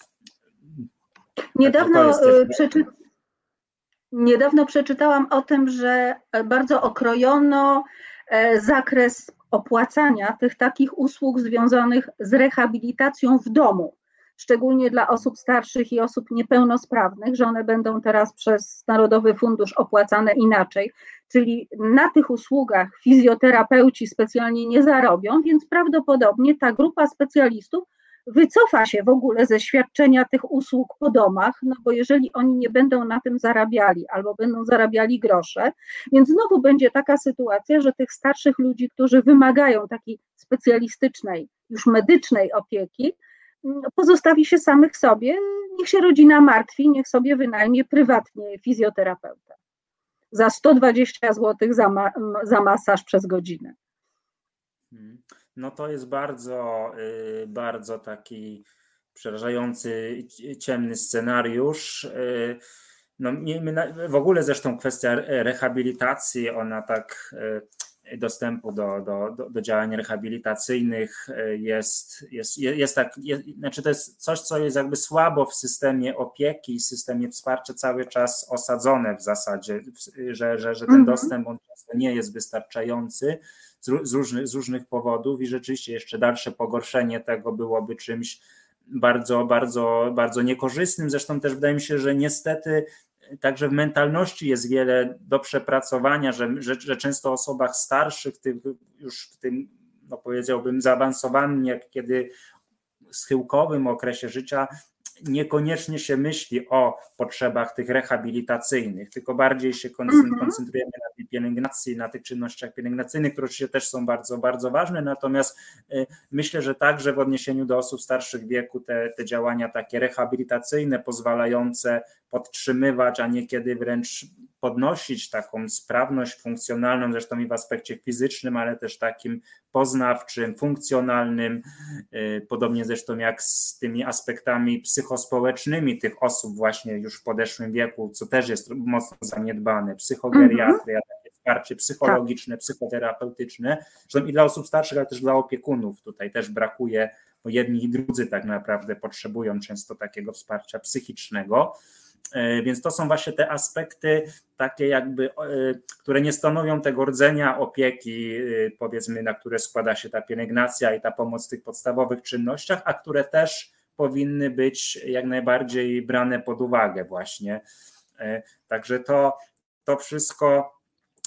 Niedawno, też... przeczy... Niedawno przeczytałam o tym, że bardzo okrojono zakres opłacania tych takich usług związanych z rehabilitacją w domu, szczególnie dla osób starszych i osób niepełnosprawnych, że one będą teraz przez Narodowy Fundusz opłacane inaczej, czyli na tych usługach fizjoterapeuci specjalnie nie zarobią, więc prawdopodobnie ta grupa specjalistów wycofa się w ogóle ze świadczenia tych usług po domach, no bo jeżeli oni nie będą na tym zarabiali albo będą zarabiali grosze, więc znowu będzie taka sytuacja, że tych starszych ludzi, którzy wymagają takiej specjalistycznej, już medycznej opieki, pozostawi się samych sobie, niech się rodzina martwi, niech sobie wynajmie prywatnie fizjoterapeutę za sto dwadzieścia złotych za, ma, za masaż przez godzinę. No to jest bardzo, bardzo taki przerażający, ciemny scenariusz. No, w ogóle zresztą kwestia rehabilitacji, ona tak, dostępu do, do, do działań rehabilitacyjnych jest, jest, jest tak, jest, znaczy to jest coś, co jest jakby słabo w systemie opieki, w systemie wsparcia cały czas osadzone w zasadzie, że, że, że ten mm-hmm. dostęp on często nie jest wystarczający z, z, różnych, z różnych powodów i rzeczywiście jeszcze dalsze pogorszenie tego byłoby czymś bardzo, bardzo, bardzo niekorzystnym. Zresztą też wydaje mi się, że niestety także w mentalności jest wiele do przepracowania, że, że, że często o osobach starszych, tych, już w tym, no powiedziałbym, zaawansowanym, jak kiedy schyłkowym okresie życia, niekoniecznie się myśli o potrzebach tych rehabilitacyjnych, tylko bardziej się koncentrujemy na tej pielęgnacji, na tych czynnościach pielęgnacyjnych, które oczywiście też są bardzo, bardzo ważne, natomiast myślę, że także w odniesieniu do osób starszych wieku te, te działania takie rehabilitacyjne, pozwalające podtrzymywać, a niekiedy wręcz podnosić taką sprawność funkcjonalną, zresztą i w aspekcie fizycznym, ale też takim poznawczym, funkcjonalnym, podobnie zresztą jak z tymi aspektami psychospołecznymi tych osób właśnie już w podeszłym wieku, co też jest mocno zaniedbane, psychogeriatria, mm-hmm. takie wsparcie psychologiczne, tak. psychoterapeutyczne, zresztą i dla osób starszych, ale też dla opiekunów tutaj też brakuje, bo jedni i drudzy tak naprawdę potrzebują często takiego wsparcia psychicznego. Więc to są właśnie te aspekty takie jakby, które nie stanowią tego rdzenia opieki, powiedzmy, na które składa się ta pielęgnacja i ta pomoc w tych podstawowych czynnościach, a które też powinny być jak najbardziej brane pod uwagę właśnie. Także to, to wszystko,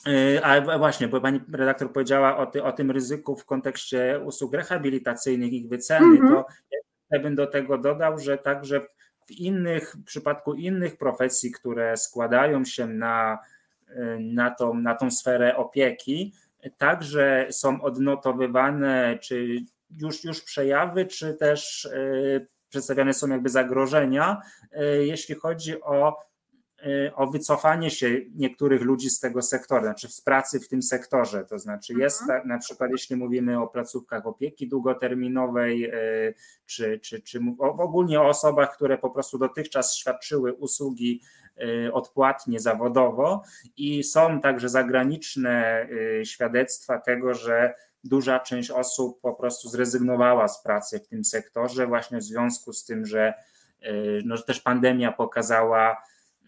a właśnie, bo pani redaktor powiedziała o, ty, o tym ryzyku w kontekście usług rehabilitacyjnych, ich wyceny, mm-hmm. to ja bym do tego dodał, że także w innych, w przypadku innych profesji, które składają się na, na, tą, na tą sferę opieki, także są odnotowywane czy już, już przejawy, czy też y, przedstawiane są jakby zagrożenia, y, jeśli chodzi o, y, o wycofanie się niektórych ludzi z tego sektora, znaczy z pracy w tym sektorze. To znaczy jest tak, na przykład jeśli mówimy o placówkach opieki długoterminowej, y, czy, czy, czy ogólnie o osobach, które po prostu dotychczas świadczyły usługi odpłatnie, zawodowo i są także zagraniczne świadectwa tego, że duża część osób po prostu zrezygnowała z pracy w tym sektorze właśnie w związku z tym, że no, też pandemia pokazała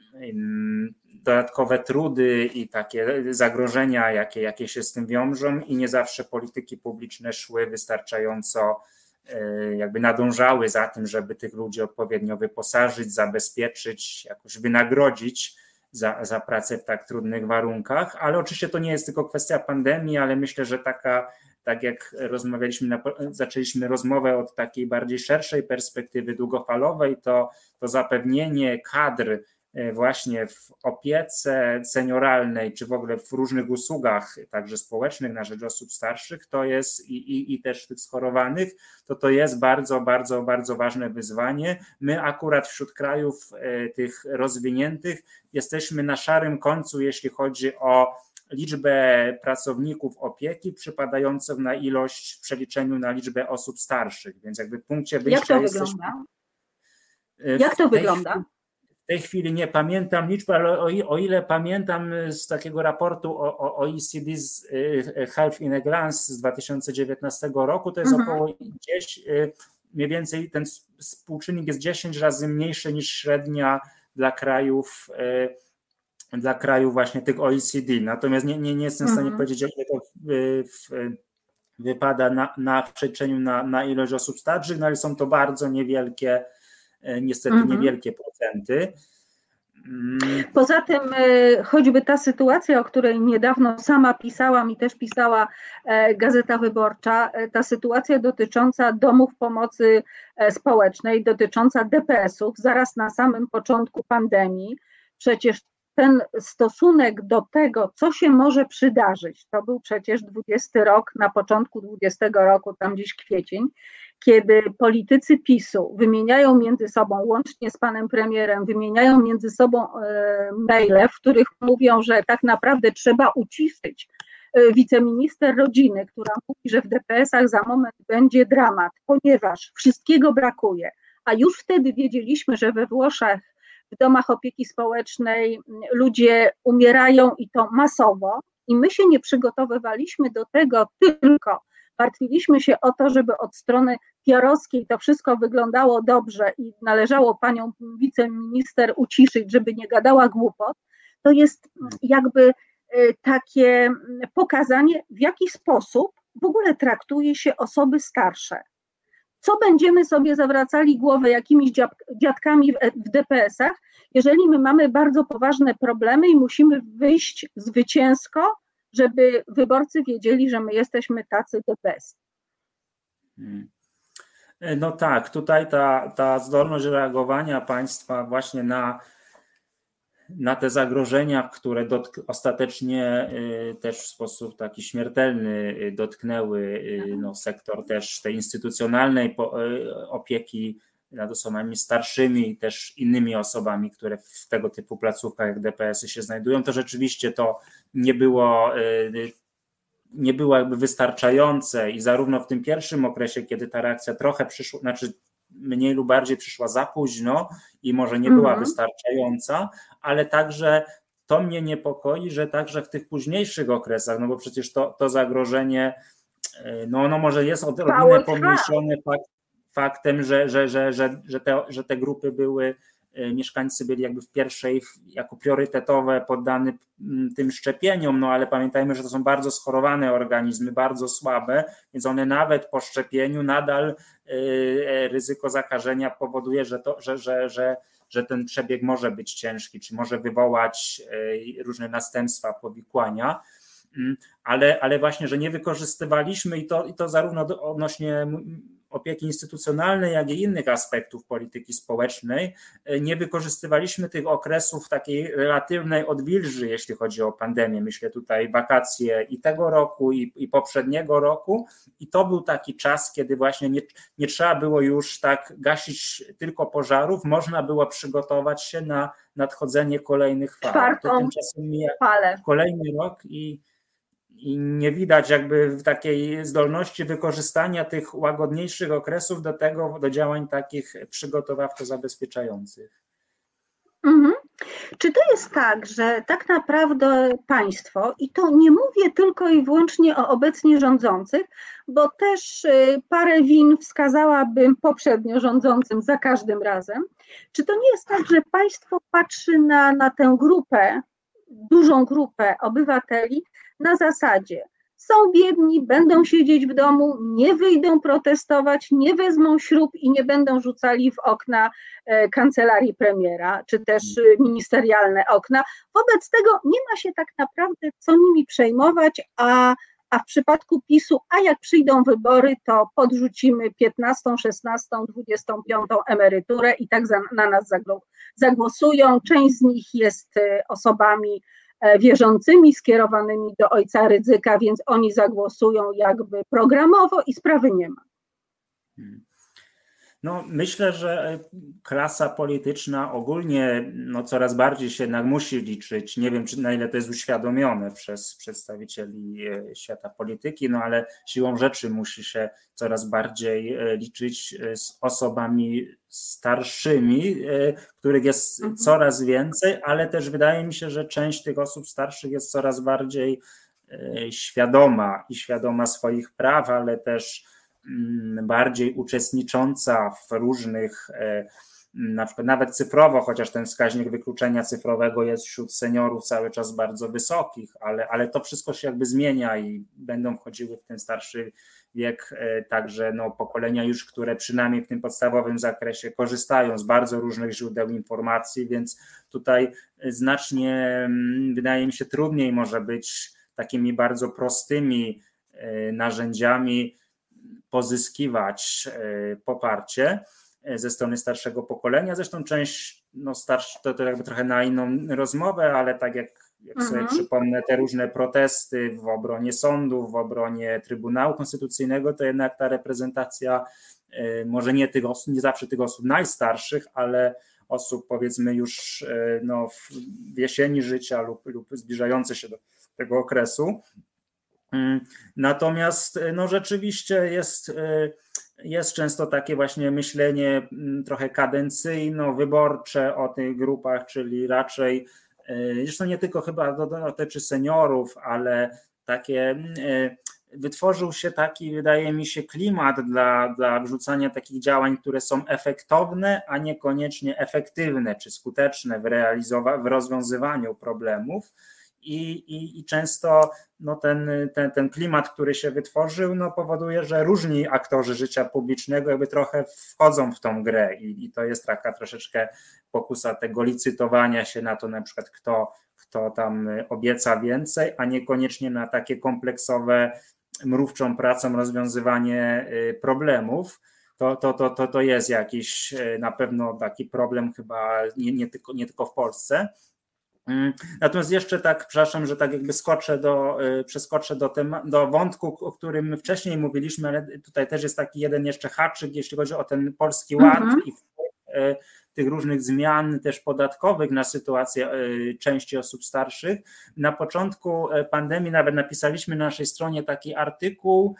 dodatkowe trudy i takie zagrożenia, jakie, jakie się z tym wiążą i nie zawsze polityki publiczne szły wystarczająco, jakby nadążały za tym, żeby tych ludzi odpowiednio wyposażyć, zabezpieczyć, jakoś wynagrodzić za, za pracę w tak trudnych warunkach, ale oczywiście to nie jest tylko kwestia pandemii, ale myślę, że taka, tak jak rozmawialiśmy, na, zaczęliśmy rozmowę od takiej bardziej szerszej perspektywy długofalowej, to, to zapewnienie kadr właśnie w opiece senioralnej, czy w ogóle w różnych usługach, także społecznych na rzecz osób starszych, to jest i, i, i też tych schorowanych, to to jest bardzo, bardzo, bardzo ważne wyzwanie. My akurat wśród krajów tych rozwiniętych jesteśmy na szarym końcu, jeśli chodzi o liczbę pracowników opieki przypadającą na ilość w przeliczeniu na liczbę osób starszych, więc jakby w punkcie wyjścia Jak to jesteśmy... wygląda? Jak to wygląda? W tej chwili nie pamiętam liczby, ale o, o ile pamiętam z takiego raportu o, o O E C D's Health in a Glance z dwa tysiące dziewiętnastego roku, to jest mhm. około dziesięć, mniej więcej ten współczynnik jest dziesięć razy mniejszy niż średnia dla krajów dla krajów właśnie tych O E C D. Natomiast nie, nie, nie jestem w stanie mhm. powiedzieć, jak to w, w, wypada na, na przeliczeniu na, na ilość osób starszych, no ale są to bardzo niewielkie niestety mhm. niewielkie procenty. Poza tym choćby ta sytuacja, o której niedawno sama pisałam i też pisała Gazeta Wyborcza, ta sytuacja dotycząca domów pomocy społecznej, dotycząca D P S-ów zaraz na samym początku pandemii, przecież ten stosunek do tego, co się może przydarzyć, to był przecież dwudziesty rok, na początku dwudziestego roku, tam gdzieś kwiecień, kiedy politycy PiSu wymieniają między sobą, łącznie z panem premierem, wymieniają między sobą maile, w których mówią, że tak naprawdę trzeba uciszyć wiceminister rodziny, która mówi, że w D P S-ach za moment będzie dramat, ponieważ wszystkiego brakuje, a już wtedy wiedzieliśmy, że we Włoszech w domach opieki społecznej ludzie umierają i to masowo i my się nie przygotowywaliśmy do tego, tylko martwiliśmy się o to, żeby od strony P R owskiej to wszystko wyglądało dobrze i należało panią wiceminister uciszyć, żeby nie gadała głupot, to jest jakby takie pokazanie, w jaki sposób w ogóle traktuje się osoby starsze. Co będziemy sobie zawracali głowę jakimiś dziadkami w D P S-ach, jeżeli my mamy bardzo poważne problemy i musimy wyjść zwycięsko, żeby wyborcy wiedzieli, że my jesteśmy tacy D P S. No tak, tutaj ta, ta zdolność reagowania państwa właśnie na, na te zagrożenia, które dotk- ostatecznie y, też w sposób taki śmiertelny y, dotknęły y, no, sektor też tej instytucjonalnej po, y, opieki nad osobami starszymi i też innymi osobami, które w tego typu placówkach jak D P S-y się znajdują, to rzeczywiście to nie było, nie było jakby wystarczające i zarówno w tym pierwszym okresie, kiedy ta reakcja trochę przyszła, znaczy mniej lub bardziej przyszła za późno i może nie była mm-hmm. wystarczająca, ale także to mnie niepokoi, że także w tych późniejszych okresach, no bo przecież to, to zagrożenie, no ono może jest odrobinę pomniejszone fakt, faktem, że, że, że, że, że, te, że te grupy były, mieszkańcy byli jakby w pierwszej, jako priorytetowe poddane tym szczepieniom, no ale pamiętajmy, że to są bardzo schorowane organizmy, bardzo słabe, więc one nawet po szczepieniu nadal ryzyko zakażenia powoduje, że, to, że, że, że, że ten przebieg może być ciężki, czy może wywołać różne następstwa, powikłania. Ale, ale właśnie, że nie wykorzystywaliśmy i to, i to zarówno odnośnie opieki instytucjonalnej, jak i innych aspektów polityki społecznej, nie wykorzystywaliśmy tych okresów takiej relatywnej odwilży, jeśli chodzi o pandemię. Myślę tutaj wakacje i tego roku, i, i poprzedniego roku i to był taki czas, kiedy właśnie nie, nie trzeba było już tak gasić tylko pożarów, można było przygotować się na nadchodzenie kolejnych fal. To tymczasem mija kolejny rok i I nie widać jakby w takiej zdolności wykorzystania tych łagodniejszych okresów do tego, do działań takich przygotowawczo zabezpieczających. Mhm. Czy to jest tak, że tak naprawdę państwo, i to nie mówię tylko i wyłącznie o obecnie rządzących, bo też parę win wskazałabym poprzednio rządzącym za każdym razem, czy to nie jest tak, że państwo patrzy na, na tę grupę, dużą grupę obywateli na zasadzie są biedni, będą siedzieć w domu, nie wyjdą protestować, nie wezmą śrub i nie będą rzucali w okna kancelarii premiera, czy też ministerialne okna. Wobec tego nie ma się tak naprawdę co nimi przejmować, a, a w przypadku PiSu, a jak przyjdą wybory, to podrzucimy piętnastą, szesnastą, dwudziestą piątą emeryturę i tak za, na nas zagłosują. Część z nich jest osobami wierzącymi, skierowanymi do ojca Rydzyka, więc oni zagłosują jakby programowo i sprawy nie ma. No, myślę, że klasa polityczna ogólnie no, coraz bardziej się jednak musi liczyć. Nie wiem, czy na ile to jest uświadomione przez przedstawicieli świata polityki, no ale siłą rzeczy musi się coraz bardziej liczyć z osobami starszymi, których jest mhm. coraz więcej, ale też wydaje mi się, że część tych osób starszych jest coraz bardziej świadoma i świadoma swoich praw, ale też bardziej uczestnicząca w różnych, na przykład nawet cyfrowo, chociaż ten wskaźnik wykluczenia cyfrowego jest wśród seniorów cały czas bardzo wysokich, ale, ale to wszystko się jakby zmienia i będą wchodziły w ten starszy wiek także no, pokolenia już, które przynajmniej w tym podstawowym zakresie korzystają z bardzo różnych źródeł informacji, więc tutaj znacznie, wydaje mi się, trudniej może być takimi bardzo prostymi narzędziami pozyskiwać poparcie ze strony starszego pokolenia. Zresztą część no, starszy to, to jakby trochę na inną rozmowę, ale tak jak, jak mhm. sobie przypomnę te różne protesty w obronie sądów, w obronie Trybunału Konstytucyjnego, to jednak ta reprezentacja może nie tych osób, nie zawsze tych osób najstarszych, ale osób powiedzmy już no, w jesieni życia lub, lub zbliżające się do tego okresu. Natomiast no, rzeczywiście jest, jest często takie właśnie myślenie trochę kadencyjno-wyborcze o tych grupach, czyli raczej, zresztą nie tylko chyba dotyczy seniorów, ale takie wytworzył się taki, wydaje mi się, klimat dla, dla wrzucania takich działań, które są efektowne, a niekoniecznie efektywne czy skuteczne w, realizowa- w rozwiązywaniu problemów. I, i, i często no ten, ten, ten klimat, który się wytworzył, no powoduje, że różni aktorzy życia publicznego jakby trochę wchodzą w tą grę i, i to jest taka troszeczkę pokusa tego licytowania się na to, na przykład kto, kto tam obieca więcej, a niekoniecznie na takie kompleksowe, mrówczą pracą rozwiązywanie problemów. To, to, to, to, to jest jakiś na pewno taki problem chyba nie, nie, tylko, nie tylko w Polsce. Natomiast jeszcze tak, przepraszam, że tak jakby skoczę do, przeskoczę do, tema, do wątku, o którym wcześniej mówiliśmy, ale tutaj też jest taki jeden jeszcze haczyk, jeśli chodzi o ten Polski Ład mhm. i tych różnych zmian też podatkowych na sytuację części osób starszych. Na początku pandemii nawet napisaliśmy na naszej stronie taki artykuł,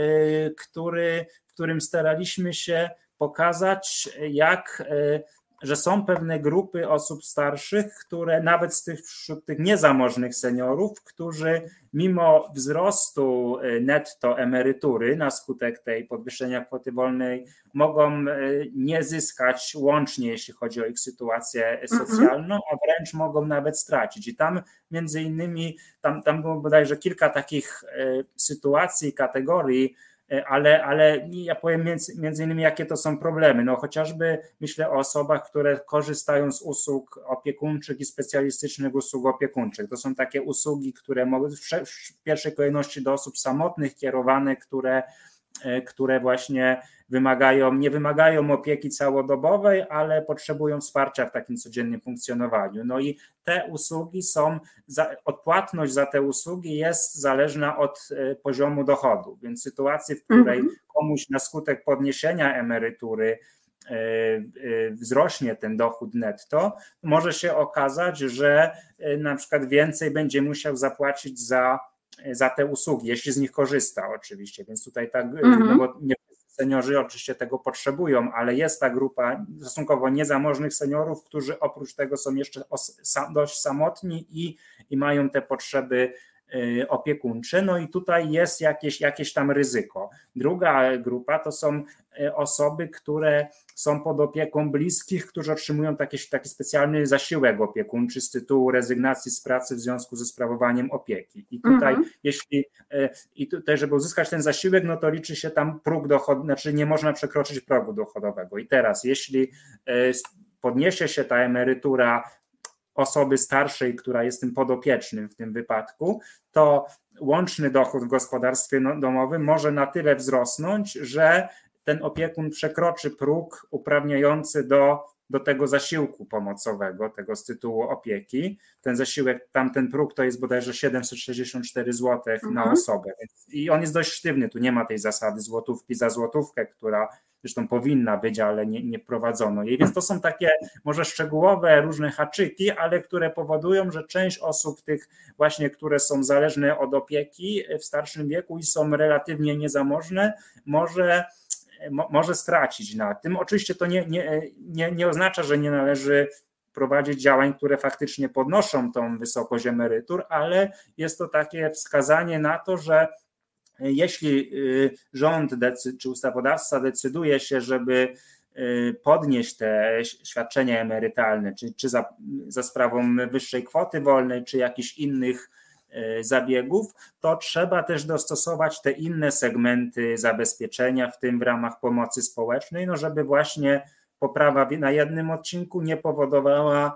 który, w którym staraliśmy się pokazać, jak że są pewne grupy osób starszych, które nawet z tych, wśród tych niezamożnych seniorów, którzy mimo wzrostu netto emerytury na skutek tej podwyższenia kwoty wolnej mogą nie zyskać łącznie, jeśli chodzi o ich sytuację socjalną, a wręcz mogą nawet stracić. I tam między innymi, tam, tam było bodajże kilka takich sytuacji, kategorii, Ale, ale ja powiem między, między innymi, jakie to są problemy. No chociażby myślę o osobach, które korzystają z usług opiekuńczych i specjalistycznych usług opiekuńczych. To są takie usługi, które mogą w pierwszej kolejności do osób samotnych kierowane, które, które właśnie wymagają, nie wymagają opieki całodobowej, ale potrzebują wsparcia w takim codziennym funkcjonowaniu. No i te usługi są, odpłatność za te usługi jest zależna od poziomu dochodu, więc sytuacji, w której komuś na skutek podniesienia emerytury wzrośnie ten dochód netto, może się okazać, że na przykład więcej będzie musiał zapłacić za, za te usługi, jeśli z nich korzysta oczywiście, więc tutaj tak, mhm. no bo nie seniorzy oczywiście tego potrzebują, ale jest ta grupa stosunkowo niezamożnych seniorów, którzy oprócz tego są jeszcze dość samotni i, i mają te potrzeby opiekuńcze. No i tutaj jest jakieś, jakieś tam ryzyko. Druga grupa to są osoby, które są pod opieką bliskich, którzy otrzymują taki, taki specjalny zasiłek opiekuńczy z tytułu rezygnacji z pracy w związku ze sprawowaniem opieki. I tutaj, mhm. jeśli i tutaj, żeby uzyskać ten zasiłek, no to liczy się tam próg dochodowy, znaczy nie można przekroczyć progu dochodowego. I teraz, jeśli podniesie się ta emerytura osoby starszej, która jest tym podopiecznym w tym wypadku, to łączny dochód w gospodarstwie domowym może na tyle wzrosnąć, że ten opiekun przekroczy próg uprawniający do, do tego zasiłku pomocowego, tego z tytułu opieki. Ten zasiłek, tamten próg to jest bodajże siedemset sześćdziesiąt cztery złote mhm. na osobę. I on jest dość sztywny, tu nie ma tej zasady złotówki za złotówkę, która zresztą powinna być, ale nie, nie prowadzono jej. Więc to są takie może szczegółowe różne haczyki, ale które powodują, że część osób tych właśnie, które są zależne od opieki w starszym wieku i są relatywnie niezamożne, może, mo, może stracić na tym. Oczywiście to nie, nie, nie, nie oznacza, że nie należy prowadzić działań, które faktycznie podnoszą tą wysokość emerytur, ale jest to takie wskazanie na to, że jeśli rząd decy- czy ustawodawca decyduje się, żeby podnieść te świadczenia emerytalne, czy, czy za, za sprawą wyższej kwoty wolnej, czy jakichś innych zabiegów, to trzeba też dostosować te inne segmenty zabezpieczenia, w tym w ramach pomocy społecznej, no żeby właśnie poprawa na jednym odcinku nie powodowała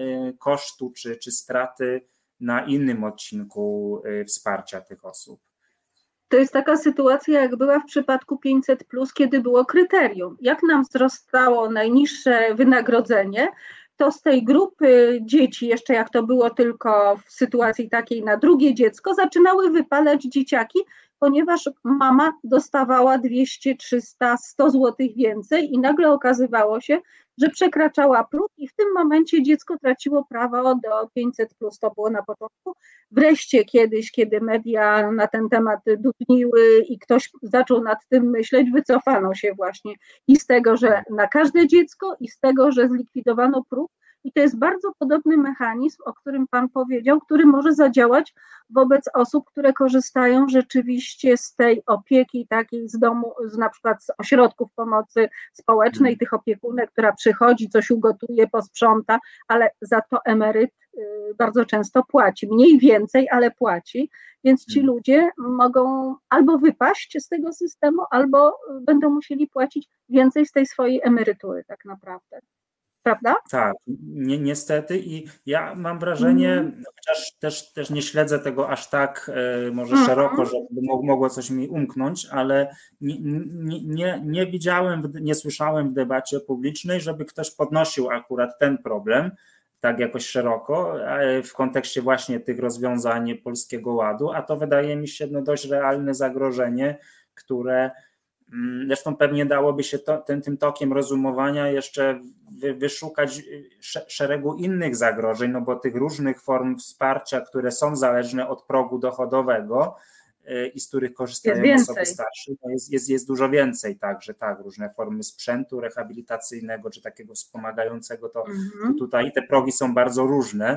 kosztu czy, czy straty na innym odcinku wsparcia tych osób. To jest taka sytuacja, jak była w przypadku pięćset plus, kiedy było kryterium. Jak nam wzrastało najniższe wynagrodzenie, to z tej grupy dzieci, jeszcze jak to było tylko w sytuacji takiej na drugie dziecko, zaczynały wypalać dzieciaki, ponieważ mama dostawała dwieście, trzysta, sto złotych więcej i nagle okazywało się, że przekraczała próg i w tym momencie dziecko traciło prawo do pięćset plus, to było na początku. Wreszcie kiedyś, kiedy media na ten temat dudniły i ktoś zaczął nad tym myśleć, wycofano się właśnie i z tego, że na każde dziecko i z tego, że zlikwidowano próg. I to jest bardzo podobny mechanizm, o którym Pan powiedział, który może zadziałać wobec osób, które korzystają rzeczywiście z tej opieki takiej z domu, z na przykład z ośrodków pomocy społecznej, tych opiekunek, która przychodzi, coś ugotuje, posprząta, ale za to emeryt bardzo często płaci, mniej więcej, ale płaci, więc ci ludzie mogą albo wypaść z tego systemu, albo będą musieli płacić więcej z tej swojej emerytury tak naprawdę. Prawda? Tak, ni niestety i ja mam wrażenie, mm. chociaż też, też nie śledzę tego aż tak e, może mm. szeroko, żeby mogło coś mi umknąć, ale nie, nie, nie, nie widziałem, nie słyszałem w debacie publicznej, żeby ktoś podnosił akurat ten problem tak jakoś szeroko w kontekście właśnie tych rozwiązań Polskiego Ładu, a to wydaje mi się no, dość realne zagrożenie, które zresztą pewnie dałoby się to, ten, tym tokiem rozumowania jeszcze wy, wyszukać szeregu innych zagrożeń, no bo tych różnych form wsparcia, które są zależne od progu dochodowego i z których korzystają osoby starsze, no jest, jest, jest dużo więcej także, tak, różne formy sprzętu rehabilitacyjnego czy takiego wspomagającego, to, mhm. to tutaj te progi są bardzo różne,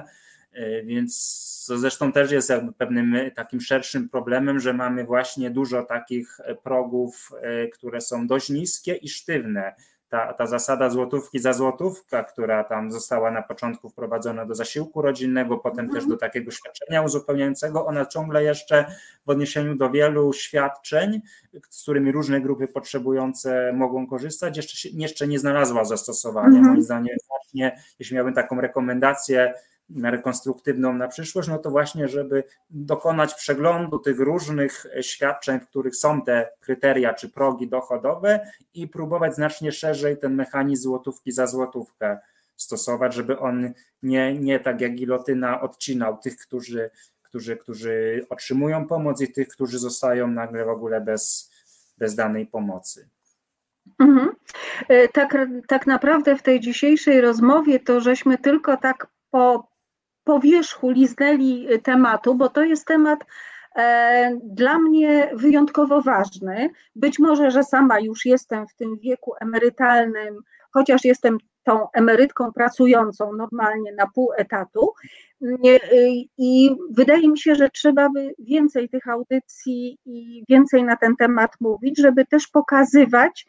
więc to zresztą też jest pewnym takim szerszym problemem, że mamy właśnie dużo takich progów, które są dość niskie i sztywne. Ta, ta zasada złotówki za złotówkę, która tam została na początku wprowadzona do zasiłku rodzinnego, potem też do takiego świadczenia uzupełniającego, ona ciągle jeszcze w odniesieniu do wielu świadczeń, z którymi różne grupy potrzebujące mogą korzystać, jeszcze, się, jeszcze nie znalazła zastosowania. Mhm. Moim zdaniem właśnie, jeśli miałbym taką rekomendację rekonstruktywną na przyszłość, no to właśnie, żeby dokonać przeglądu tych różnych świadczeń, w których są te kryteria czy progi dochodowe i próbować znacznie szerzej ten mechanizm złotówki za złotówkę stosować, żeby on nie, nie tak jak gilotyna odcinał tych, którzy, którzy, którzy otrzymują pomoc i tych, którzy zostają nagle w ogóle bez, bez danej pomocy. Mhm. Tak, tak naprawdę w tej dzisiejszej rozmowie to żeśmy tylko tak po po wierzchu liznęli tematu, bo to jest temat e, dla mnie wyjątkowo ważny. Być może, że sama już jestem w tym wieku emerytalnym, chociaż jestem tą emerytką pracującą normalnie na pół etatu e, i wydaje mi się, że trzeba by więcej tych audycji i więcej na ten temat mówić, żeby też pokazywać,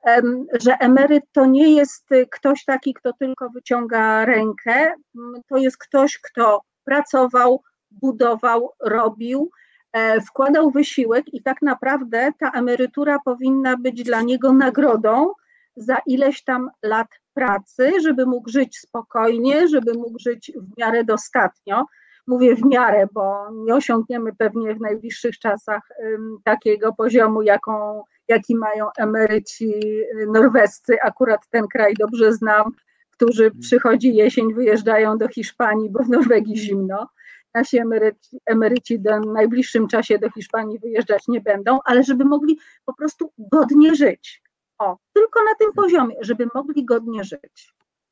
że emeryt to nie jest ktoś taki, kto tylko wyciąga rękę, to jest ktoś, kto pracował, budował, robił, wkładał wysiłek i tak naprawdę ta emerytura powinna być dla niego nagrodą za ileś tam lat pracy, żeby mógł żyć spokojnie, żeby mógł żyć w miarę dostatnio. Mówię w miarę, bo nie osiągniemy pewnie w najbliższych czasach takiego poziomu, jaką jaki mają emeryci norwescy, akurat ten kraj dobrze znam, którzy przychodzi jesień, wyjeżdżają do Hiszpanii, bo w Norwegii zimno. Nasi emeryci, emeryci w najbliższym czasie do Hiszpanii wyjeżdżać nie będą, ale żeby mogli po prostu godnie żyć. O, tylko na tym poziomie, żeby mogli godnie żyć.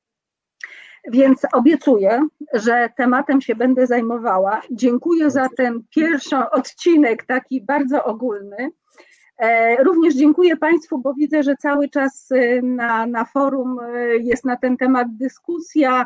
Więc obiecuję, że tematem się będę zajmowała. Dziękuję za ten pierwszy odcinek, taki bardzo ogólny. Również dziękuję Państwu, bo widzę, że cały czas na, na forum jest na ten temat dyskusja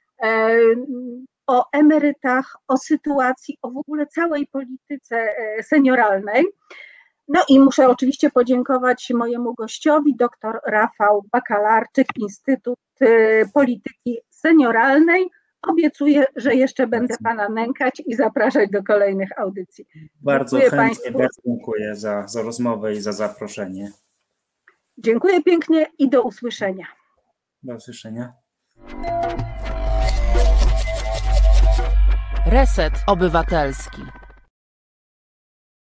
o emerytach, o sytuacji, o w ogóle całej polityce senioralnej. No i muszę oczywiście podziękować mojemu gościowi, dr Rafał Bakalarczyk, Instytut Polityki Senioralnej. obiecuję, że jeszcze będę Pana nękać i zapraszać do kolejnych audycji. Bardzo dziękuję chętnie, Państwu. Bardzo dziękuję za, za rozmowę i za zaproszenie. Dziękuję pięknie i do usłyszenia. Do usłyszenia. Reset Obywatelski.